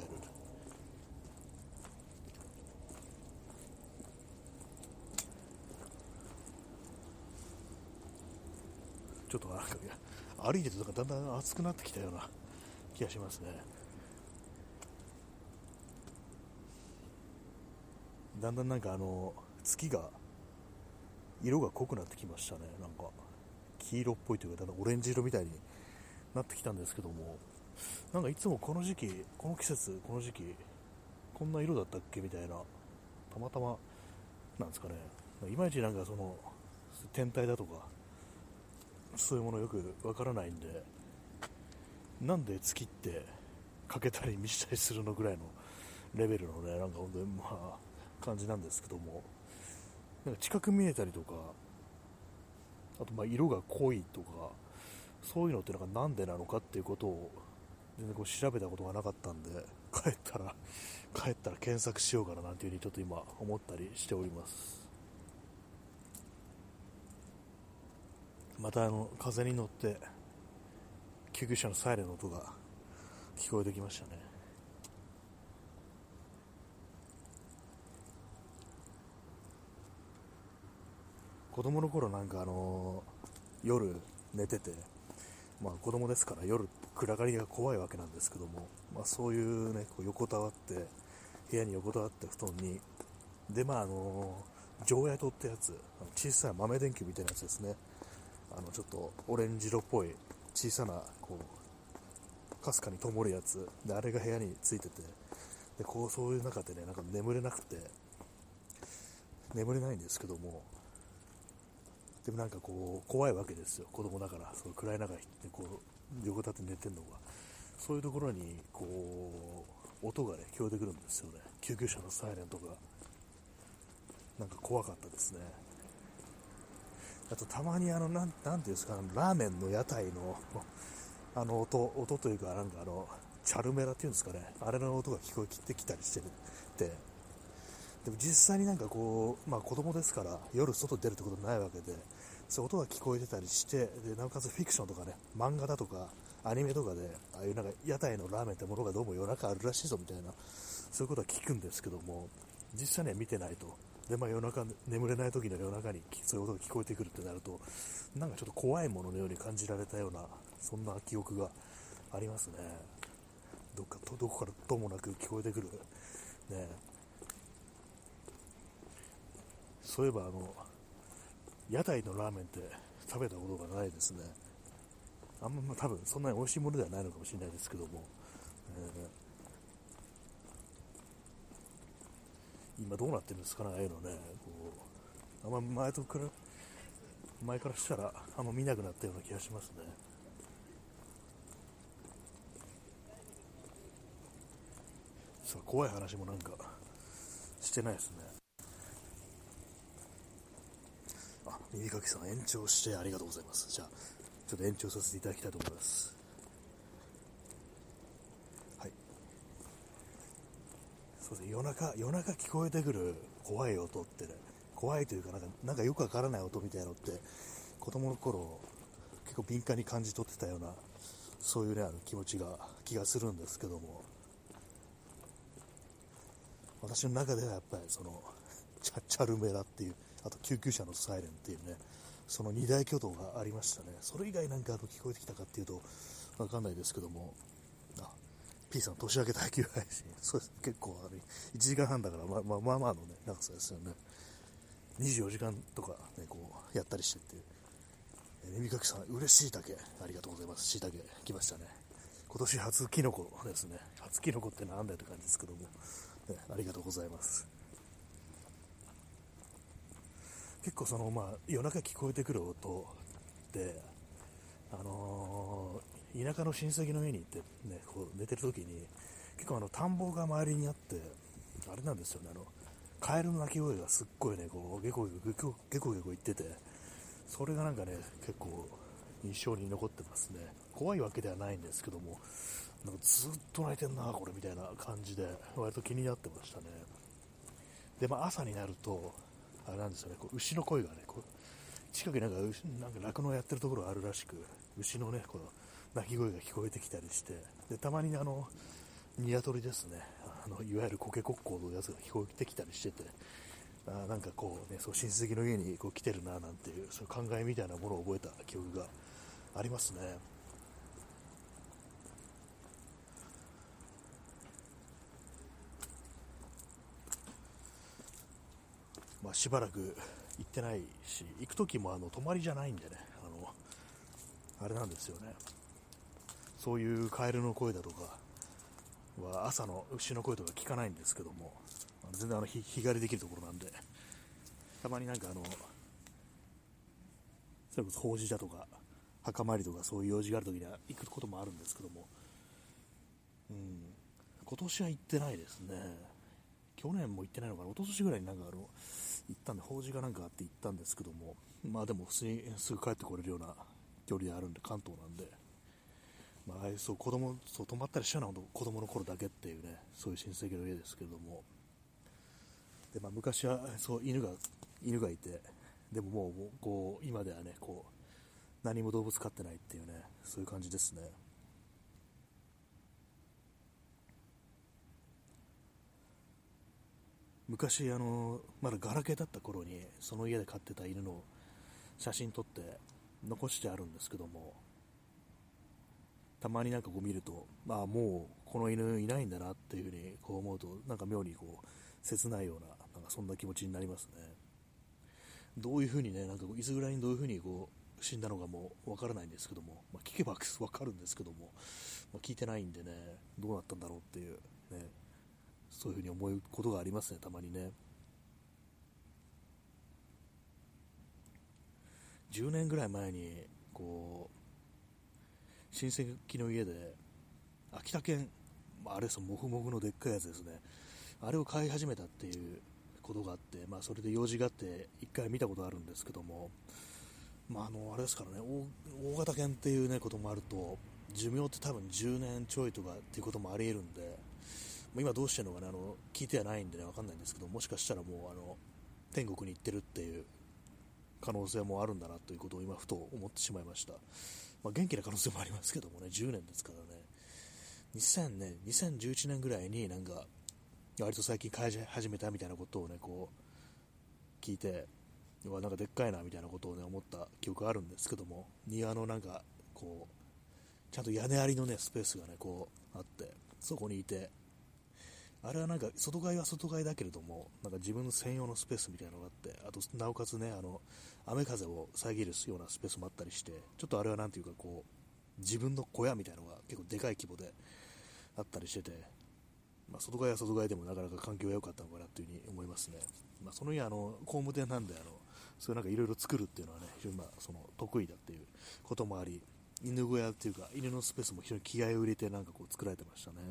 ちょっとなんか歩いてるとだんだん暑くなってきたような気がしますね。だんだんなんか月が色が濃くなってきましたね。なんか黄色っぽいというか、だんだんオレンジ色みたいになってきたんですけども、なんかいつもこの時期、この季節、この時期こんな色だったっけみたいな、たまたまなんですかね、いまいちなんかその天体だとかそういうものよくわからないんで、なんで月ってかけたり見したりするのぐらいのレベルのね、なんか本当に感じなんですけども、なんか近く見えたりとか、あと色が濃いとか、そういうのってなんでなのかっていうことを全然こう調べたことがなかったんで、帰ったら検索しようかななんていうふうにちょっと今思ったりしております。また風に乗って救急車のサイレンの音が聞こえてきましたね。子供の頃なんか夜寝てて、子供ですから夜暗がりが怖いわけなんですけども、そういうね、こう横たわって部屋に横たわって布団にで常夜灯ってやつ、小さい豆電球みたいなやつですね。ちょっとオレンジ色っぽい小さなこうかすかに灯るやつで、あれが部屋についてて、でそういう中でね、なんか眠れないんですけども、でもなんかこう怖いわけですよ、子供だから。そう暗い中でこう横たって寝てるのが、そういうところにこう音がね聞こえてくるんですよね。救急車のサイレンとか、なんか怖かったですね。あとたまになんていうんですか、ラーメンの屋台の音というか、なんかチャルメラっていうんですかね、あれの音が聞こえてきたりしてるって。でも実際になんかこう、子供ですから夜外出るってことないわけで、そういう音が聞こえてたりして、でなおかつフィクションとかね、漫画だとかアニメとかで、ああいうなんか屋台のラーメンってものがどうも夜中あるらしいぞみたいな、そういうことは聞くんですけども、実際には見てないと。で夜中眠れない時の夜中にそういう音が聞こえてくるってなると、なんかちょっと怖いもののように感じられたような、そんな記憶がありますね。どこからともなく聞こえてくるね。そういえば屋台のラーメンって食べたことがないですね。あんま、多分そんなに美味しいものではないのかもしれないですけども、今どうなってるんですかね、ああいうのね。こうあんま前からしたらあんま見なくなったような気がしますね。さあ怖い話もなんかしてないですね。耳かきさん延長してありがとうございます。じゃあちょっと延長させていただきたいと思います。はい、 そうですね、夜中聞こえてくる怖い音ってね、怖いというかなんかよくわからない音みたいなのって子供の頃結構敏感に感じ取ってたような、そういうね気がするんですけども、私の中ではやっぱりそのチャルメラっていう、あと救急車のサイレンっていうね、その二大巨頭がありましたね。それ以外なんか聞こえてきたかっていうとわかんないですけども、P さん年明け耐久配信、そうです、結構1時間半だからまあのね長さですよね。24時間とかねこうやったりしてっていう。耳かきさん、嬉しいたけ、ありがとうございます。しいたけ来ましたね。今年初キノコですね。初キノコってなんだよって感じですけども、ね、ありがとうございます。結構その夜中聞こえてくる音で、田舎の親戚の家に行ってね、こう寝てる時に結構田んぼが周りにあって、あれなんですよね、カエルの鳴き声がすっごいねこうゲコゲコ言ってて、それがなんかね結構印象に残ってますね。怖いわけではないんですけども、なんかずっと泣いてんなこれみたいな感じで割と気になってましたね。で朝になるとあれなんですよね、こう牛の声がねこう近くになんか酪農やってるところがあるらしく、牛のねこう鳴き声が聞こえてきたりして、でたまに鶏ですね、いわゆるコケコッコーのやつが聞こえてきたりしてて、なんかこうね、そう親戚の家にこう来てるななんていう、そういう考えみたいなものを覚えた記憶がありますね。しばらく行ってないし、行く時も泊まりじゃないんでね、あれなんですよね、そういうカエルの声だとかは朝の牛の声とか聞かないんですけども、全然日帰りできるところなんで、たまになんかそれこそ法事だとか墓参りとかそういう用事がある時には行くこともあるんですけども、今年は行ってないですね。去年も行ってないのかな、一昨年ぐらいになんか行ったんで、法事がなんかあって行ったんですけども、でも普通にすぐ帰ってこれるような距離であるんで、関東なんで、そう泊まったりしたのは子供の頃だけっていうね、そういう親戚の家ですけれども、で昔はそう犬がいて、でももうこう今ではねこう何も動物飼ってないっていうね、そういう感じですね。昔まだガラケーだった頃にその家で飼ってた犬の写真撮って残してあるんですけども、たまになんかこう見ると、もうこの犬いないんだなっていうふうにこう思うと、なんか妙にこう切ないような、なんかそんな気持ちになりますね。どういうふうにね、なんかいつぐらいにどういうふうにこう死んだのかもわからないんですけども、聞けばわかるんですけども、聞いてないんでね、どうなったんだろうっていうね、そういうふうに思うことがありますね、たまにね。10年ぐらい前にこう親戚の家で秋田犬、あれですよ、モフモフのでっかいやつですね、あれを飼い始めたっていうことがあって、それで用事があって1回見たことあるんですけども、あれですからね、大型犬っていうねこともあると、寿命って多分10年ちょいとかっていうこともあり得るんで、今どうしてるのかね、聞いてはないんでね分かんないんですけど、もしかしたらもう天国に行ってるっていう可能性もあるんだなということを今ふと思ってしまいました。元気な可能性もありますけどもね、10年ですからね。2011年ぐらいになんか割と最近飼い始めたみたいなことをねこう聞いて、なんかでっかいなみたいなことをね思った記憶があるんですけども、庭のなんかこうちゃんと屋根ありのねスペースがねこうあって、そこにいて、あれはなんか外側は外側だけれども、なんか自分の専用のスペースみたいなのがあって、あとなおかつね雨風を遮るようなスペースもあったりして、ちょっとあれはなんていうかこう自分の小屋みたいなのが結構でかい規模であったりしてて、外側は外側でもなかなか環境が良かったのかなというふうに思いますね。その家工務店なんでそういうなんかいろいろ作るっていうのはね非常にその得意だっていうこともあり、犬小屋っていうか犬のスペースも非常に気合を入れてなんかこう作られてましたね。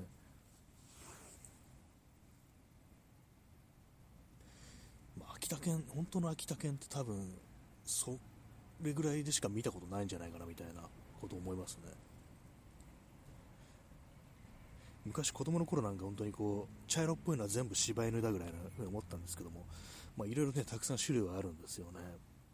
秋田犬、本当の秋田犬って多分それぐらいでしか見たことないんじゃないかなみたいなことを思いますね。 昔子供の頃なんか本当にこう茶色っぽいのは全部柴犬だぐらいのふうに思ったんですけども、いろいろねたくさん種類はあるんですよね。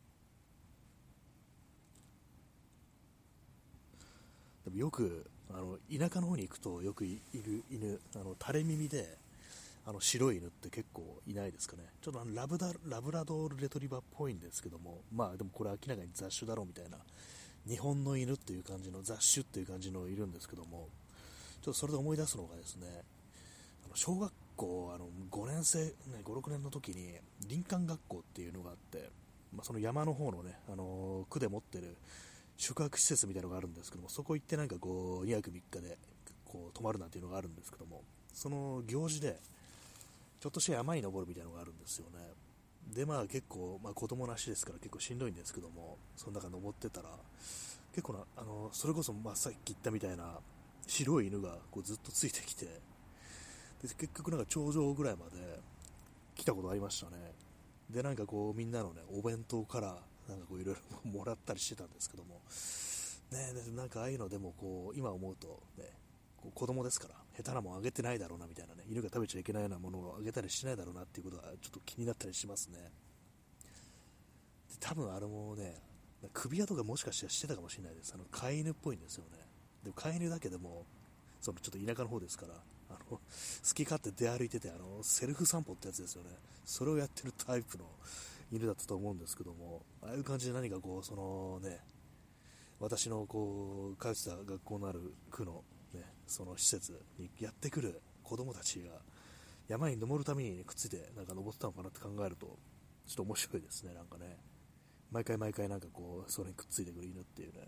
でもよく田舎の方に行くとよくいる犬、垂れ耳で白い犬って結構いないですかね。ちょっとラブラドールレトリバーっぽいんですけども、でもこれ明らかに雑種だろうみたいな、日本の犬っていう感じの雑種っていう感じのいるんですけども、ちょっとそれで思い出すのがですね、小学校5年生、ね、5、6年の時に林間学校っていうのがあって、その山の方のね、区で持ってる宿泊施設みたいなのがあるんですけども、そこ行ってなんかこう2泊3日でこう泊まるなんていうのがあるんですけども、その行事でちょっとした山に登るみたいなのがあるんですよね。で結構、子供の足ですから結構しんどいんですけども、その中登ってたら結構なそれこそさっき言ったみたいな白い犬がこうずっとついてきて、で結局なんか頂上ぐらいまで来たことありましたね。でなんかこうみんなのねお弁当からなんかこういろいろもらったりしてたんですけどもね。でなんかああいうのでもこう今思うとね、こう子供ですから下手なもんあげてないだろうなみたいなね、犬が食べちゃいけないようなものをあげたりしないだろうなっていうことがちょっと気になったりしますね。で多分あれもね、首輪とかもしかしたらしてたかもしれないです。飼い犬っぽいんですよね。でも飼い犬だけでもそのちょっと田舎の方ですから好き勝手出歩いててセルフ散歩ってやつですよね。それをやってるタイプの犬だったと思うんですけども、ああいう感じで何かこうそのね、私のこう通ってた学校のある区の、ね、その施設にやってくる子供たちが山に登るために、くっついてなんか登ってたのかなって考えるとちょっと面白いですね。なんかね、毎回毎回なんかこうそれにくっついてくる犬っていうね。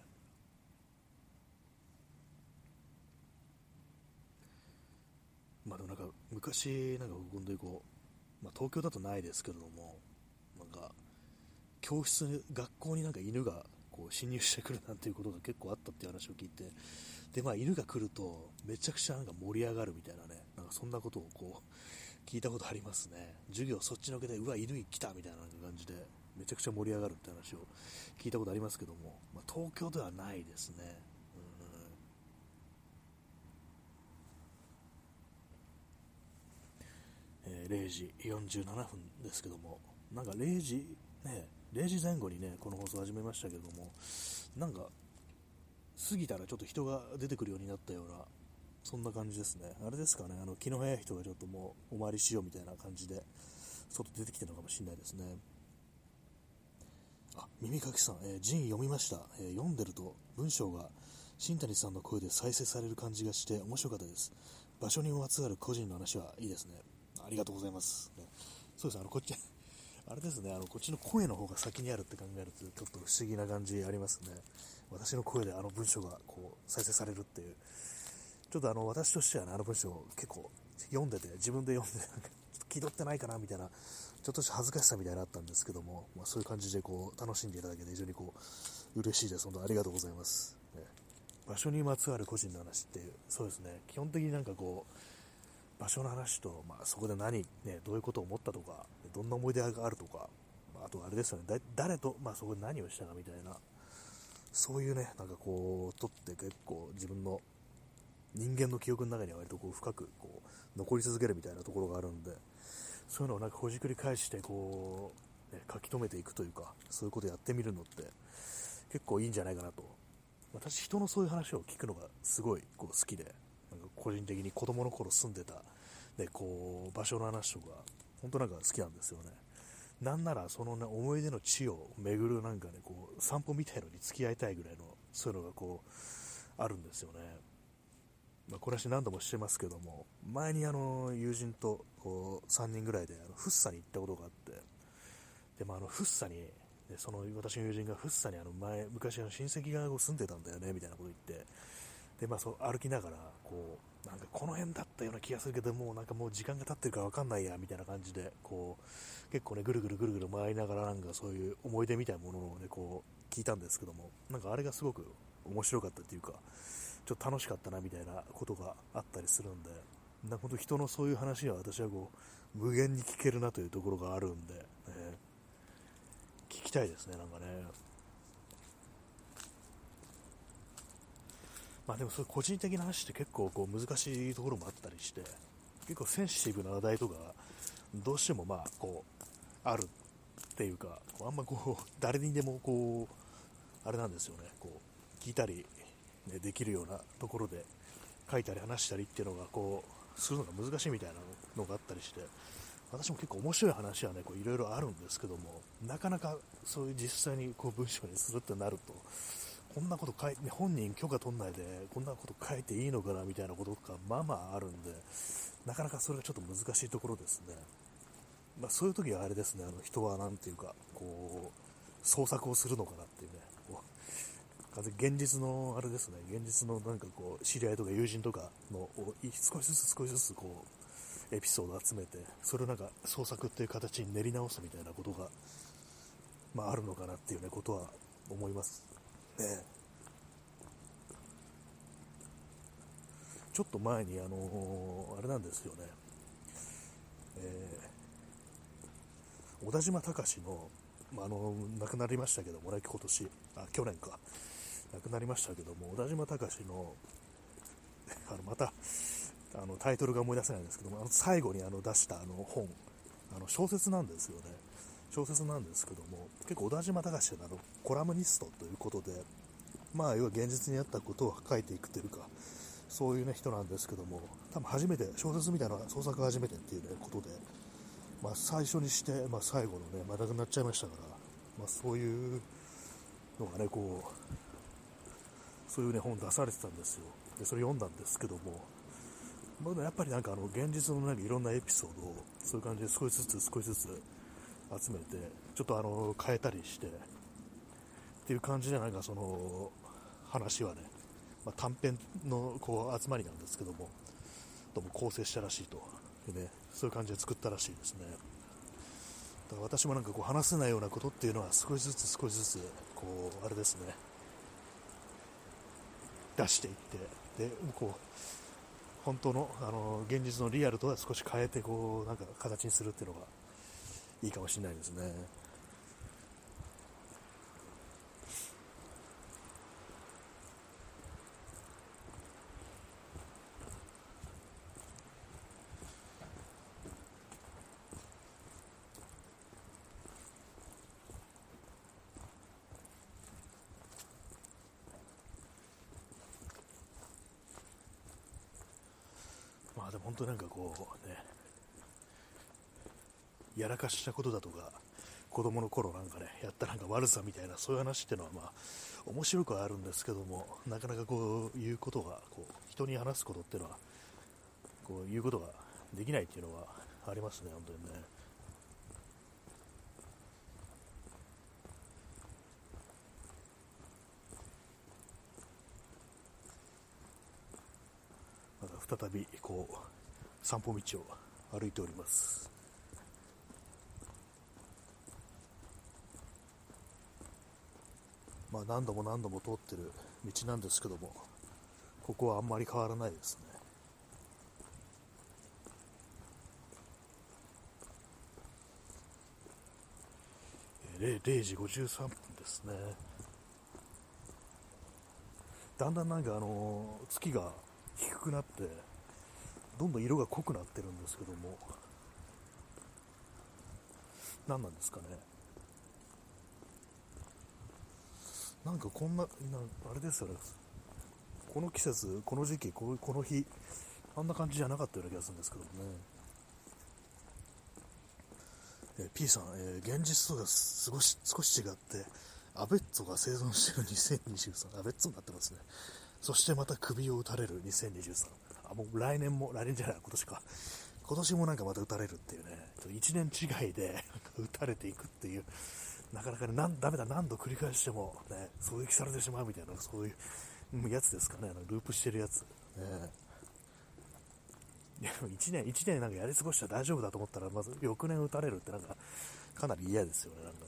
でもなんか昔なんか本当にこう、東京だとないですけれども、なんか学校になんか犬がこう侵入してくるなんていうことが結構あったっていう話を聞いて、で犬が来るとめちゃくちゃなんか盛り上がるみたいなね、なんかそんなことをこう聞いたことありますね。授業そっちのけでうわ犬来たみたいな感じでめちゃくちゃ盛り上がるって話を聞いたことありますけども、東京ではないですね。0時47分ですけども、なんか0時ね、0時前後にねこの放送始めましたけども、なんか過ぎたらちょっと人が出てくるようになったような、そんな感じですね。あれですかね、気の早い人がちょっともうお参りしようみたいな感じで外出てきてるのかもしれないですね。耳かきさん、ジン読みました。読んでると文章が新谷さんの声で再生される感じがして面白かったです。場所にまつわる個人の話はいいですね。ありがとうございます。ね、そうです、こっちあれですね、こっちの声の方が先にあるって考えるとちょっと不思議な感じありますね。私の声で文章がこう再生されるっていう、ちょっと私としてはね、文章を結構読んでて、自分で読んでなんかちょっと気取ってないかなみたいな、ちょっとした恥ずかしさみたいなのあったんですけども、そういう感じでこう楽しんでいただけて非常にこう嬉しいです。本当ありがとうございます、ね。場所にまつわる個人の話っていう、そうですね、基本的になんかこう場所の話と、そこでどういうことを思ったとか、どんな思い出があるとか、あとあれですよね、誰と、そこで何をしたかみたいな、そういうね、なんかこう、とって結構自分の人間の記憶の中には割とこう深くこう残り続けるみたいなところがあるんで、そういうのをなんかほじくり返してこう、書き留めていくというか、そういうことやってみるのって結構いいんじゃないかなと。私、人のそういう話を聞くのがすごいこう好きで、なんか個人的に子供の頃住んでた、こう場所の話とか、本当なんか好きなんですよね。なんならそのね、思い出の地を巡るなんかね、こう散歩みたいのに付き合いたいぐらいの、そういうのがこうあるんですよね。これは何度もしてますけども、前に友人とこう3人ぐらいでフッサに行ったことがあって、でもフッサに、その私の友人がフッサに昔親戚が住んでたんだよねみたいなこと言って、でそう歩きながらこうなんかこの辺だったような気がするけど、もうなんかもう時間が経ってるから分かんないやみたいな感じでこう結構ねぐるぐるぐるぐる回りながらなんかそういう思い出みたいなものをねこう聞いたんですけども、なんかあれがすごく面白かったっていうか、ちょっと楽しかったなみたいなことがあったりするんで、なんか本当人のそういう話は私はこう無限に聞けるなというところがあるんで、聞きたいですね。なんかね、 まあでもそういう個人的な話って結構こう難しいところもあったりして、結構センシティブな話題とかどうしてもまあこうあるっていうか、あんまこう誰にでもこうあれなんですよね、こう聞いたり、ね、できるようなところで書いたり話したりっていうのがこうするのが難しいみたいなのがあったりして、私も結構面白い話はねいろいろあるんですけども、なかなかそういう実際にこう文章にするってなると、こんなこと書いて、本人許可取んないでこんなこと書いていいのかなみたいなこととかまあまああるんで、なかなかそれがちょっと難しいところですね。まあ、そういう時はあれですね、人はなんていうかこう創作をするのかなっていうね、こう完全に現実のあれですね、現実のなんかこう知り合いとか友人とかのを少しずつ少しずつこうエピソードを集めて、それをなんか創作っていう形に練り直すみたいなことが、まあ、あるのかなっていうねことは思いますね。ちょっと前にあれなんですよね、小田島隆の、亡くなりましたけどもね、去年か亡くなりましたけども、小田島隆のまたタイトルが思い出せないんですけども、最後に出した本、小説なんですよね。小説なんですけども、結構小田島隆のコラムニストということで、まあ要は現実にあったことを書いていくというか、そういうね人なんですけども、多分初めて小説みたいな創作初めてっていうねことで、まあ、最初にして、まあ、最後のね、まあ、亡くなっちゃいましたから、まあ、そういうのがねこうそういうね本出されてたんですよ。でそれ読んだんですけども、まあ、やっぱりなんか現実のなんかいろんなエピソードをそういう感じで少しずつ少しずつ集めて、ちょっと変えたりしてっていう感じで、なんかその話はね、まあ、短編のこう集まりなんですけども、どうも構成したらしいとで、ね、そういう感じで作ったらしいですね。だから私もなんかこう話せないようなことっていうのは少しずつ少しずつこうあれですね、出していって、でこう本当の現実のリアルとは少し変えてこうなんか形にするっていうのがいいかもしれないですね。まあでも本当なんかこうね、やらかしたことだとか子供の頃なんかねやったなんか悪さみたいな、そういう話っていうのはまあ面白くはあるんですけども、なかなかこういうことがこう人に話すことっていうのはこういうことができないっていうのはありますね、本当にね。また再びこう散歩道を歩いております。まあ何度も何度も通ってる道なんですけども、ここはあんまり変わらないですね。0時53分ですね。だんだんなんか月が低くなってどんどん色が濃くなってるんですけども、何なんですかね。なんかこんな、あれですよね、この季節この時期この日あんな感じじゃなかったような気がするんですけどもね。P さん、現実とは少し違ってアベッツォが生存している2023、アベッツォになってますね。そしてまた首を打たれる2023、もう来年じゃない、今年か、今年もなんかまた打たれるっていうね、1年違いで打たれていくっていう、なかなかね、ダメだ、何度繰り返しても、ね、狙撃されてしまうみたいな、そういうやつですかね、ループしてるやつ。いや1年なんかやり過ごしたら大丈夫だと思ったら、まず翌年打たれるってなんか、かなり嫌ですよね、なんかね。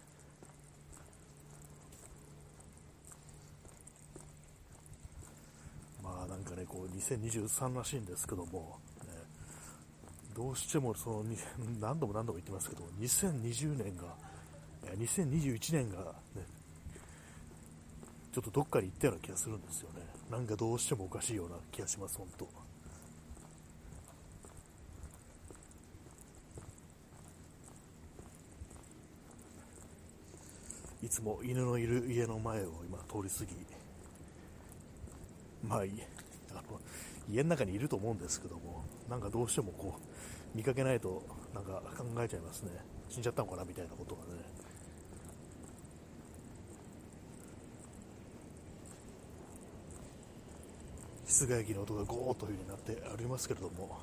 まあなんかね、こう2023らしいんですけども、ね、どうしても何度も言ってますけど、2020年が、2021年が、ね、ちょっとどっかに行ったような気がするんですよね。 なんかどうしてもおかしいような気がします。本当いつも犬のいる家の前を今通り過ぎ、まあ家の中にいると思うんですけども、なんかどうしてもこう見かけないとなんか考えちゃいますね。死んじゃったのかなみたいなことがね。室外機の音がゴーッという風になってありますけれども、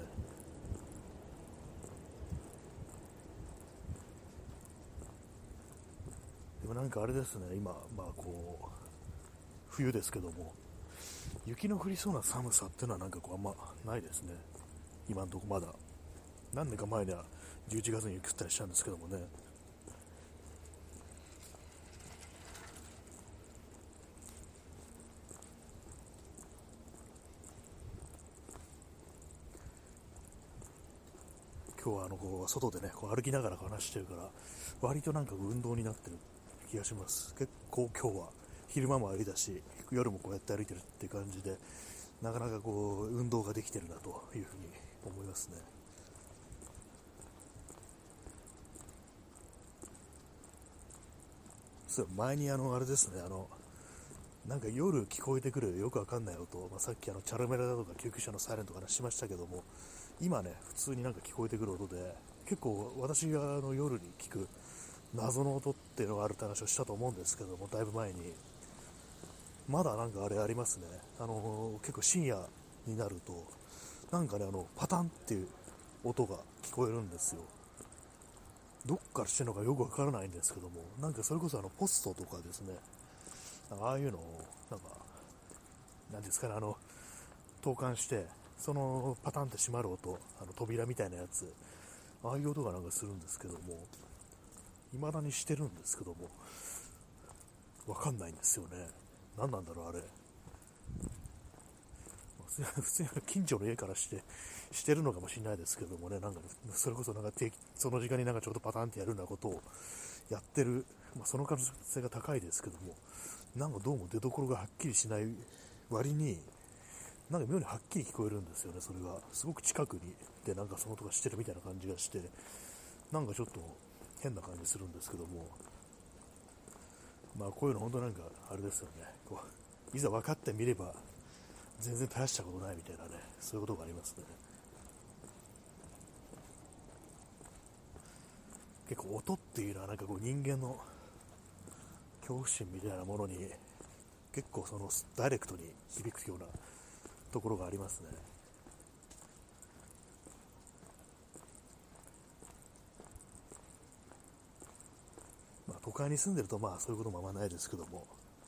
でもなんかあれですね、今、まあこう冬ですけども、雪の降りそうな寒さっていうのはなんかこうあんまないですね。今のところまだ。何年か前には11月に雪降ったりしたんですけどもね。今日はこう外でねこう歩きながら話してるから割となんか運動になってる気がします。結構今日は昼間も歩いたし夜もこうやって歩いてるっていう感じで、なかなかこう運動ができてるなというふうに思いますね。そう前にあれですね、なんか夜聞こえてくるよくわかんない音、さっきチャルメラだとか救急車のサイレンとか話しましたけども、今ね普通になんか聞こえてくる音で、結構私が夜に聞く謎の音っていうのがあるって話をしたと思うんですけども、だいぶ前にまだなんかあれありますね。結構深夜になるとなんかねパタンっていう音が聞こえるんですよ。どっからしてるのかよくわからないんですけども、なんかそれこそポストとかですね、ああいうのをなんかなんですかね、投函してそのパタンって閉まる音、扉みたいなやつ、ああいう音がなんかするんですけども、未だにしてるんですけどもわかんないんですよね。何なんだろうあれ。普通に近所の家からしてるのかもしれないですけどもね、なんかそれこそなんかその時間になんかちょうどパタンってやるようなことをやってる、その可能性が高いですけども、なんかどうも出所がはっきりしない割になんか妙にはっきり聞こえるんですよね。それがすごく近くにでなんかその音がしてるみたいな感じがして、なんかちょっと変な感じするんですけども、こういうの本当なんかあれですよね、こういざ分かってみれば全然大したことないみたいなね、そういうことがありますね。結構音っていうのはなんかこう人間の恐怖心みたいなものに結構ダイレクトに響くようなところがありますね。都会に住んでるとそういうこともあんまないですけども、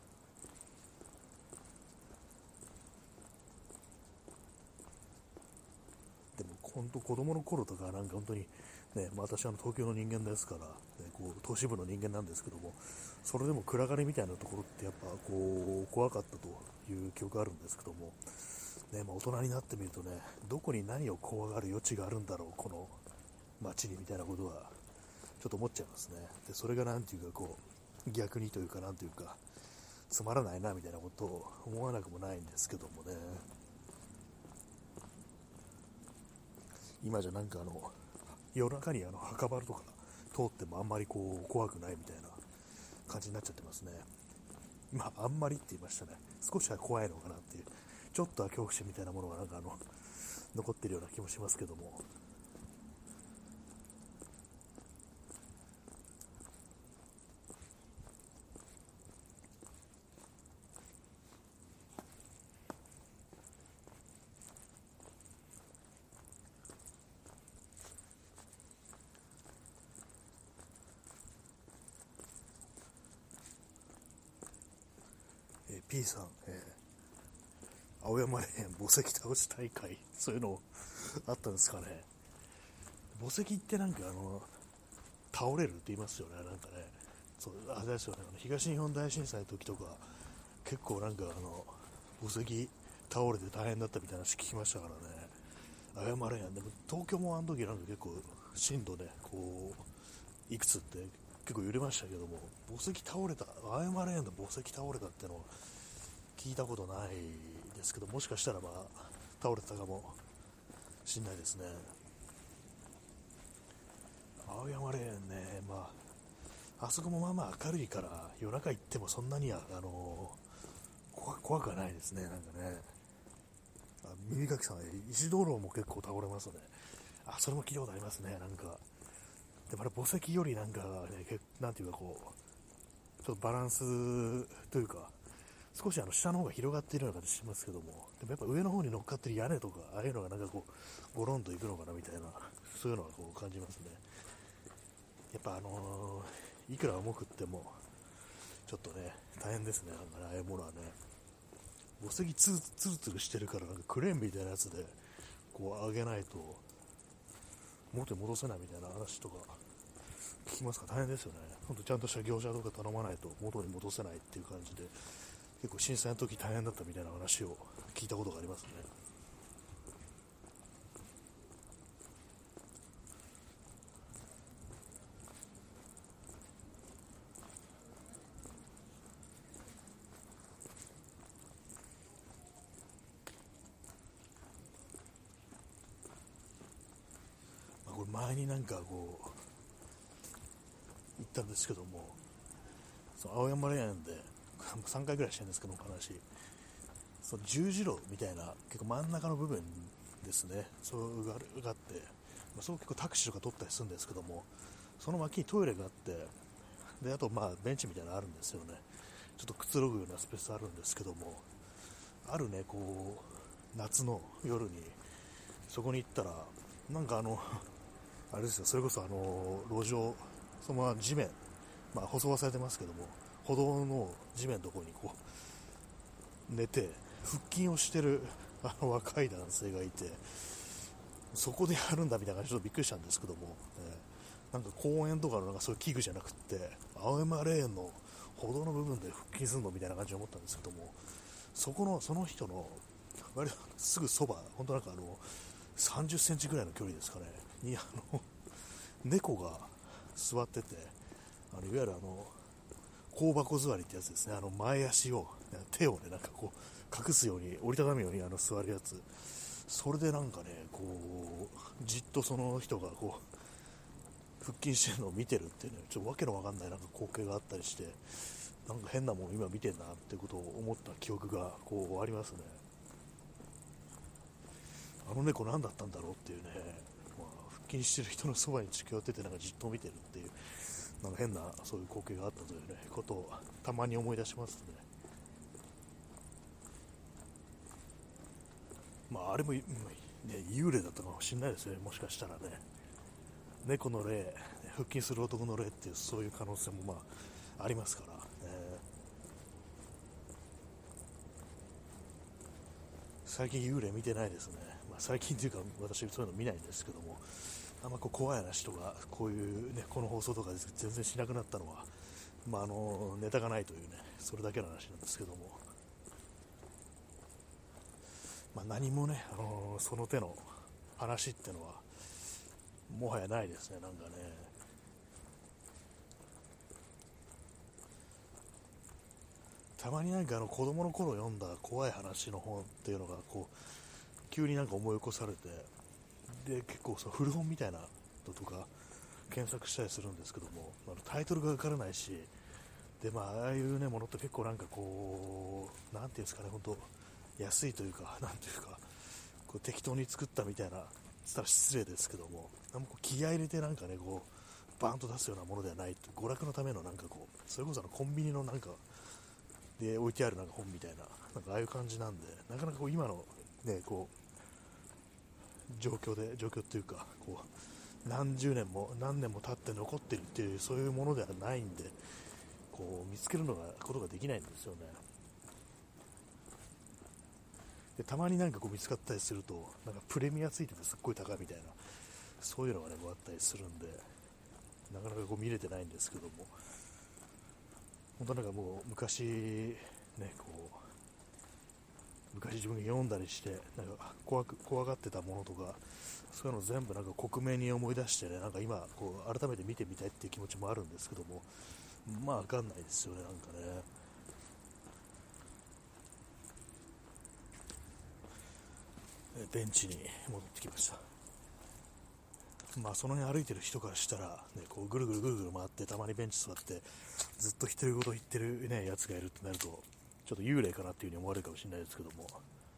でも本当子供の頃とかなんか本当にね、私は東京の人間ですから、ね、こう都市部の人間なんですけども、それでも暗がりみたいなところってやっぱこう怖かったという記憶があるんですけども、ね、大人になってみるとね、どこに何を怖がる余地があるんだろうこの街にみたいなことはちょっと思っちゃいますね。でそれがなんていうかこう逆にというかなんていうかつまらないなみたいなことを思わなくもないんですけどもね。今じゃなんか夜中に墓場とか通ってもあんまりこう怖くないみたいな感じになっちゃってますね。あんまりって言いましたね。少しは怖いのかなっていう、ちょっとは恐怖心みたいなものがなんか残ってるような気もしますけども。P さん、青山霊園墓石倒し大会、そういうのあったんですかね。墓石ってなんか倒れるって言いますよね。なんかね、そうあれですよね、東日本大震災の時とか結構なんか墓石倒れて大変だったみたいな話聞きましたからね。謝れやん。でも東京もあの時なんか結構震度ねこういくつって結構揺れましたけども、墓石倒れた、謝れやんで墓石倒れたっての聞いたことないですけど、もしかしたら倒れてたかもしんないですね。青山霊園ね、あそこも明るいから夜中行ってもそんなには怖くはないですね。なんかね、耳かきさん、石灯籠も結構倒れますね。それも聞いたことありますね。なんかでもあれ、墓石よりなんかね、なんていうかちょっとバランスというか、少し下の方が広がっているような感じしますけども、でもやっぱ上の方に乗っかってる屋根とか、ああいうのがなんかゴロンといくのかなみたいな、そういうのは感じますね。やっぱいくら重くっても、ちょっとね、大変ですね、なんかね、ああいうものはね。墓石ツルツルしてるから、なんかクレーンみたいなやつで、上げないと、元に戻せないみたいな話とか、聞きますから大変ですよね。ほんとちゃんとした業者とか頼まないと元に戻せないっていう感じで、結構震災の時大変だったみたいな話を聞いたことがありますね。これ前になんか言ったんですけども、その青山霊園で3回ぐらいしてるんですけど、話、その十字路みたいな結構真ん中の部分ですね、そうがあって、そこ結構タクシーとか取ったりするんですけども、その脇にトイレがあって、であとベンチみたいなのあるんですよね。ちょっとくつろぐようなスペースあるんですけども、あるね、夏の夜にそこに行ったら、なんかあれですよ、それこそ路上、そのまま地面、舗装はされてますけども、歩道の地面のところに寝て腹筋をしてる若い男性がいて、そこでやるんだみたいな感じでちょっとびっくりしたんですけども、なんか公園とかのなんかそういう器具じゃなくって青山霊園の歩道の部分で腹筋するのみたいな感じで思ったんですけども、その人の割とすぐそば、本当なんか30センチぐらいの距離ですかねに猫が座ってて、いわゆる香箱座りってやつですね。前足を手をねなんか隠すように折りたたむように座るやつ、それでなんかねじっとその人が腹筋してるのを見てるっていうね、ちょっとわけのわかんないなんか光景があったりして、なんか変なもの今見てんなってことを思った記憶がありますね。あの猫何だったんだろうっていうね、腹筋してる人のそばに近寄っててなんかじっと見てるっていう、なんか変なそういう光景があったというねことをたまに思い出しますね。あれも、ね、幽霊だったかもしれないですね、もしかしたらね。猫の霊、腹筋する男の霊っていうそういう可能性もありますから、最近幽霊見てないですね。最近というか私そういうの見ないんですけども、あんま怖い話とかこういうねこの放送とかで全然しなくなったのは、ネタがないというね、それだけの話なんですけども、何もね、その手の話ってのはもはやないですね。なんかね、たまになんか子供の頃読んだ怖い話の本っていうのが急になんか思い起こされて、で結構古本みたいなのとか検索したりするんですけども、タイトルがわからないし、でああいうねものって結構なんかなんていうんですかね、本当安いというか、なんていうか適当に作ったみたいな、つったら失礼ですけども、気合い入れてなんかねバーンと出すようなものではない、娯楽のためのなんかそれこそコンビニのなんかで置いてあるなんか本みたいな、なんかああいう感じなんで、なかなか今のね状況っていうか何十年も何年も経って残ってるっていうそういうものではないんで、見つけることができないんですよね。でたまになんか見つかったりするとなんかプレミアついててすっごい高いみたいな、そういうのがねあったりするんで、なかなか見れてないんですけども、本当なんかもう昔ね昔自分が読んだりしてなんか怖がってたものとか、そういうの全部なんか克明に思い出してね、なんか今改めて見てみたいっていう気持ちもあるんですけども、わかんないですよね、なんかね。 ベンチに戻ってきました。まあその辺歩いてる人からしたら、ね、こうぐるぐるぐるぐる回ってたまにベンチ座ってずっと独り言言ってる、ね、やつがいるってなるとちょっと幽霊かなっていう風に思われるかもしれないですけども、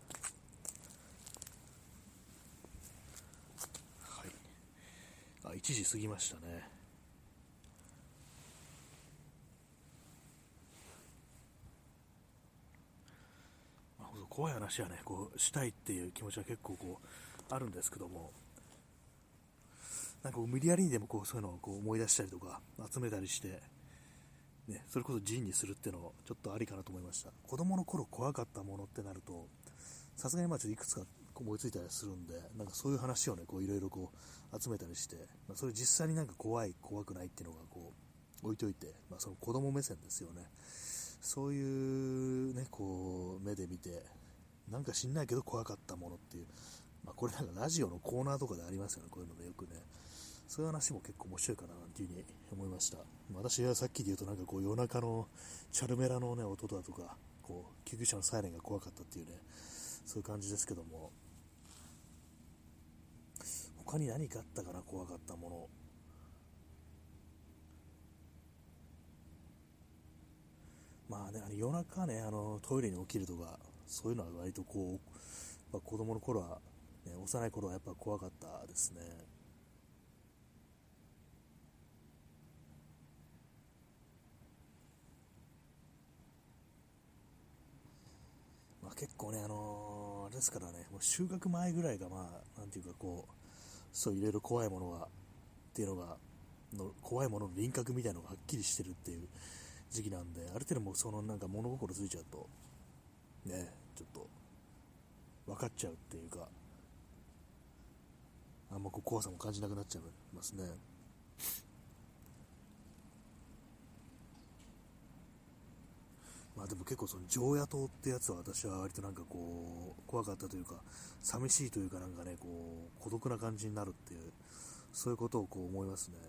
はい、1時過ぎましたね。まあ、怖い話はねこうしたいっていう気持ちは結構こうあるんですけども、なんか無理やりにでもこうそういうのをこう思い出したりとか集めたりして、ね、それこそジンにするっていうのをちょっとありかなと思いました。子供の頃怖かったものってなるとさすがにまあちょっといくつか思いついたりするんで、なんかそういう話をねこういろいろこう集めたりして、まあ、それ実際になんか怖い怖くないっていうのがこう置いといて、まあ、その子供目線ですよね。そういうねこう目で見てなんか知んないけど怖かったものっていう、まあ、これなんかラジオのコーナーとかでありますよね、こういうのねよくね。そういう話も結構面白いかななんていうふうに思いました。私はさっきで言うとなんかこう夜中のチャルメラのね音だとかこう救急車のサイレンが怖かったっていうね、そういう感じですけども、他に何かあったかな怖かったもの。まあね、夜中ねトイレに起きるとかそういうのは割とこう、まあ、子供の頃は、ね、幼い頃はやっぱ怖かったですね。まあ、結構ねあれですからね、もう収穫前ぐらいがまあなんていうかこうそういろいろ怖いものがっていうのが怖いものの輪郭みたいなのがはっきりしてるっていう時期なんで、ある程度もうそのなんか物心ついちゃうとねちょっと分かっちゃうっていうか、あんまこう怖さも感じなくなっちゃいますね。まあでも結構その常夜灯ってやつは私は割となんかこう怖かったというか寂しいというかなんかねこう孤独な感じになるっていう、そういうことをこう思いますね。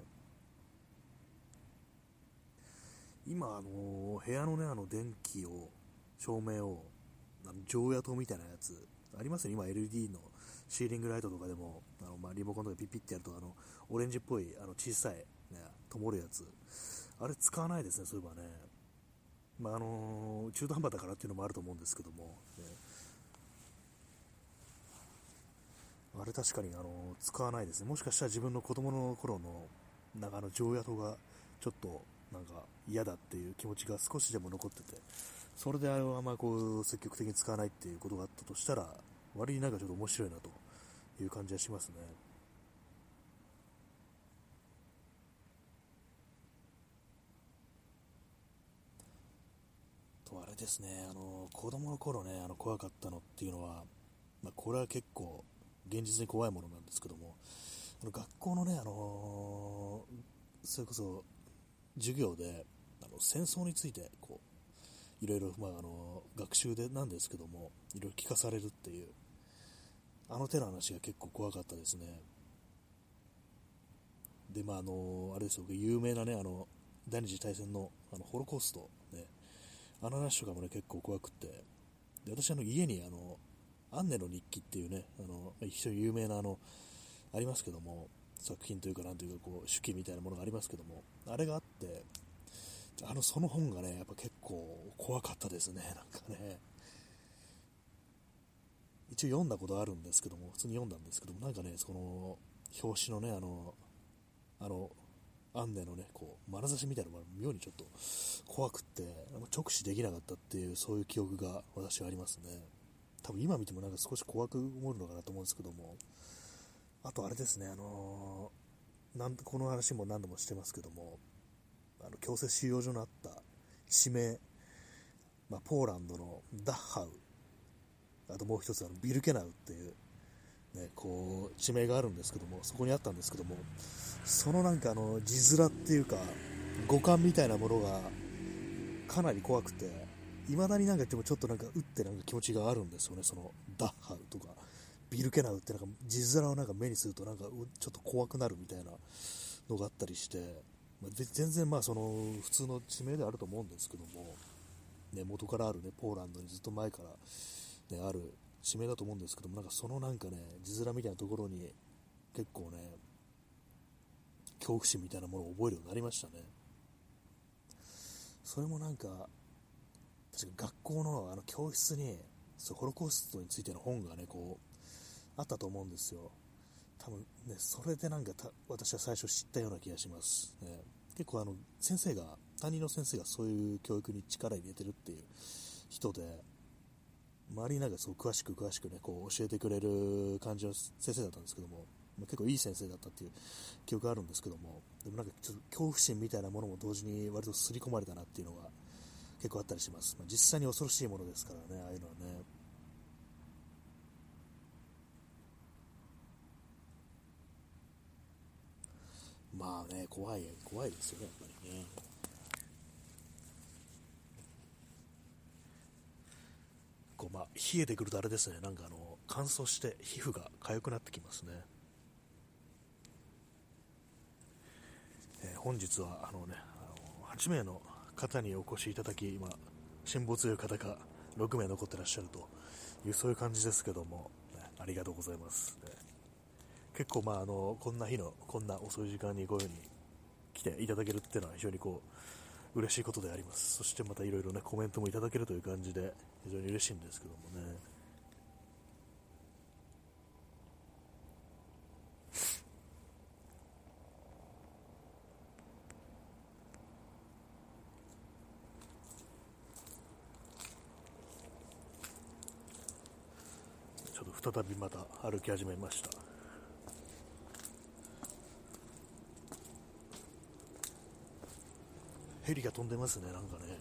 今部屋のね電気を照明を常夜灯みたいなやつありますよね。今 LED のシーリングライトとかでもまあ、リモコンとかピッピッてやるとオレンジっぽい小さい、ね、灯るやつ、あれ使わないですね、そういえばね。まあ中途半端だからっていうのもあると思うんですけども、ね、あれ確かに使わないですね。もしかしたら自分の子供の頃のなんか常夜灯がちょっとなんか嫌だっていう気持ちが少しでも残ってて、それであんまこう積極的に使わないっていうことがあったとしたら、割になんかちょっと面白いなという感じはしますね。とあれですね、子供の頃ね怖かったのっていうのは、まあ、これは結構現実に怖いものなんですけども、学校のね、それこそ授業で戦争についてこういろいろ、まあ、学習でなんですけどもいろいろ聞かされるっていう手の話が結構怖かったですね。でまああれですよ、有名なね第二次大戦のホロコーストね、話とかもね結構怖くって、で私家にアンネの日記っていうね非常に有名なありますけども、作品というかなんというかこう手記みたいなものがありますけども、あれがあって、その本がねやっぱ結構怖かったですね。なんかね一応読んだことあるんですけども、普通に読んだんですけども、なんかねその表紙のねあのアンネのねこう眼差しみたいなのが妙にちょっと怖くって直視できなかったっていう、そういう記憶が私はありますね。多分今見てもなんか少し怖く思うのかなと思うんですけども、あとあれですね、この話も何度もしてますけども、強制収容所のあった地名、まあ、ポーランドのダッハウ、あともう一つビルケナウっていう、ね、こう地名があるんですけども、そこにあったんですけども、そのなんか字面っていうか五感みたいなものがかなり怖くて、未だになんか言ってもちょっとなんかうってなんか気持ちがあるんですよね。そのダッハウとかビルケナウってなんか字面をなんか目にするとなんかちょっと怖くなるみたいなのがあったりして、まあ、全然まあその普通の地名ではあると思うんですけども、ね、元からあるねポーランドにずっと前から、ね、ある地名だと思うんですけども、なんかそのなんかね、字面みたいなところに結構ね、恐怖心みたいなものを覚えるようになりましたね。それもなんか、確か学校の教室に、ホロコーストについての本がね、こう、あったと思うんですよ。多分ね、それでなんか私は最初知ったような気がします。ね、結構先生が、担任の先生がそういう教育に力入れてるっていう人で、周りになんかそう詳しくね、こう教えてくれる感じの先生だったんですけども、結構いい先生だったっていう記憶があるんですけども、でもなんかちょっと恐怖心みたいなものも同時に割と刷り込まれたなっていうのが結構あったりします。実際に恐ろしいものですからね、ああいうのはね。まあね、怖いですよね、やっぱりね。こう冷えてくるとあれですね、なんか乾燥して皮膚が痒くなってきますね。本日は8名の方にお越しいただき、今、辛抱強い方が6名残ってらっしゃるという、そういう感じですけども、ね、ありがとうございます。結構、こんな日の、こんな遅い時間にこういう風に来ていただけるっていうのは非常にこう、嬉しいことであります。そしてまたいろいろね、コメントもいただけるという感じで、非常に嬉しいんですけどもね。ちょっと再びまた歩き始めました。ヘリが飛んでますね、なんかね。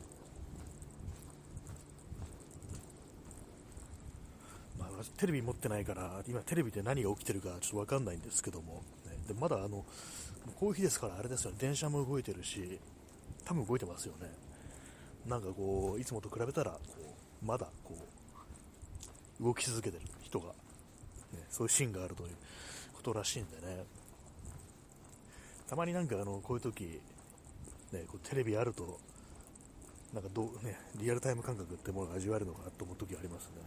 テレビ持ってないから今テレビで何が起きてるかちょっと分かんないんですけども、ね、でまだこういう日ですからあれですよね、電車も動いてるし多分動いてますよね。なんかこういつもと比べたらこうまだこう動き続けてる人が、ね、そういうシーンがあるということらしいんでね。たまになんかこういう時、ね、こうテレビあるとなんかね、リアルタイム感覚ってものが味わえるのかなと思う時ありますね。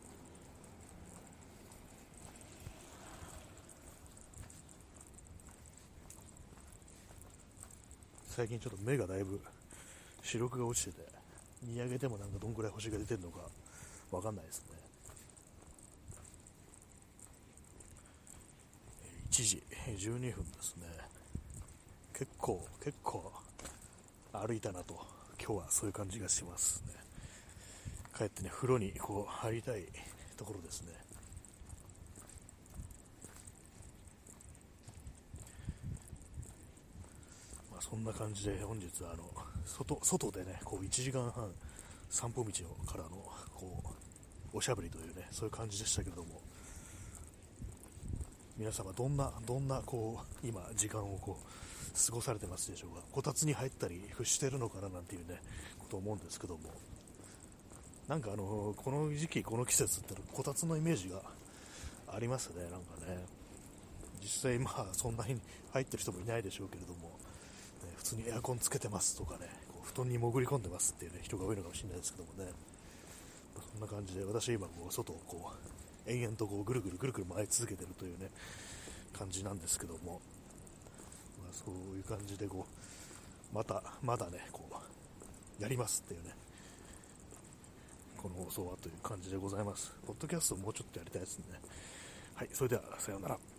最近ちょっと目がだいぶ視力が落ちてて、見上げてもなんかどんくらい星が出てるのかわかんないですね。1時12分ですね。結構歩いたなと今日はそういう感じがしますね。帰ってね、風呂にこう入りたいところですね。そんな感じで本日は外でね、こう1時間半散歩道からのこうおしゃべりというね、そういう感じでしたけれども、皆様どんなこう今時間をこう過ごされてますでしょうか。こたつに入ったり伏してるのかななんていうねことを思うんですけども、なんかこの時期この季節ってこたつのイメージがありますね。なんかね、実際そんなに入ってる人もいないでしょうけれども、ね、普通にエアコンつけてますとかね、こう布団に潜り込んでますっていう、ね、人が多いのかもしれないですけどもね。そんな感じで私は今こう外をこう延々とこうぐるぐる回り続けてるというね感じなんですけども、そういう感じでこうまだねこうやりますっていうね、この放送はという感じでございます。ポッドキャストをもうちょっとやりたいですね。はい、それではさようなら。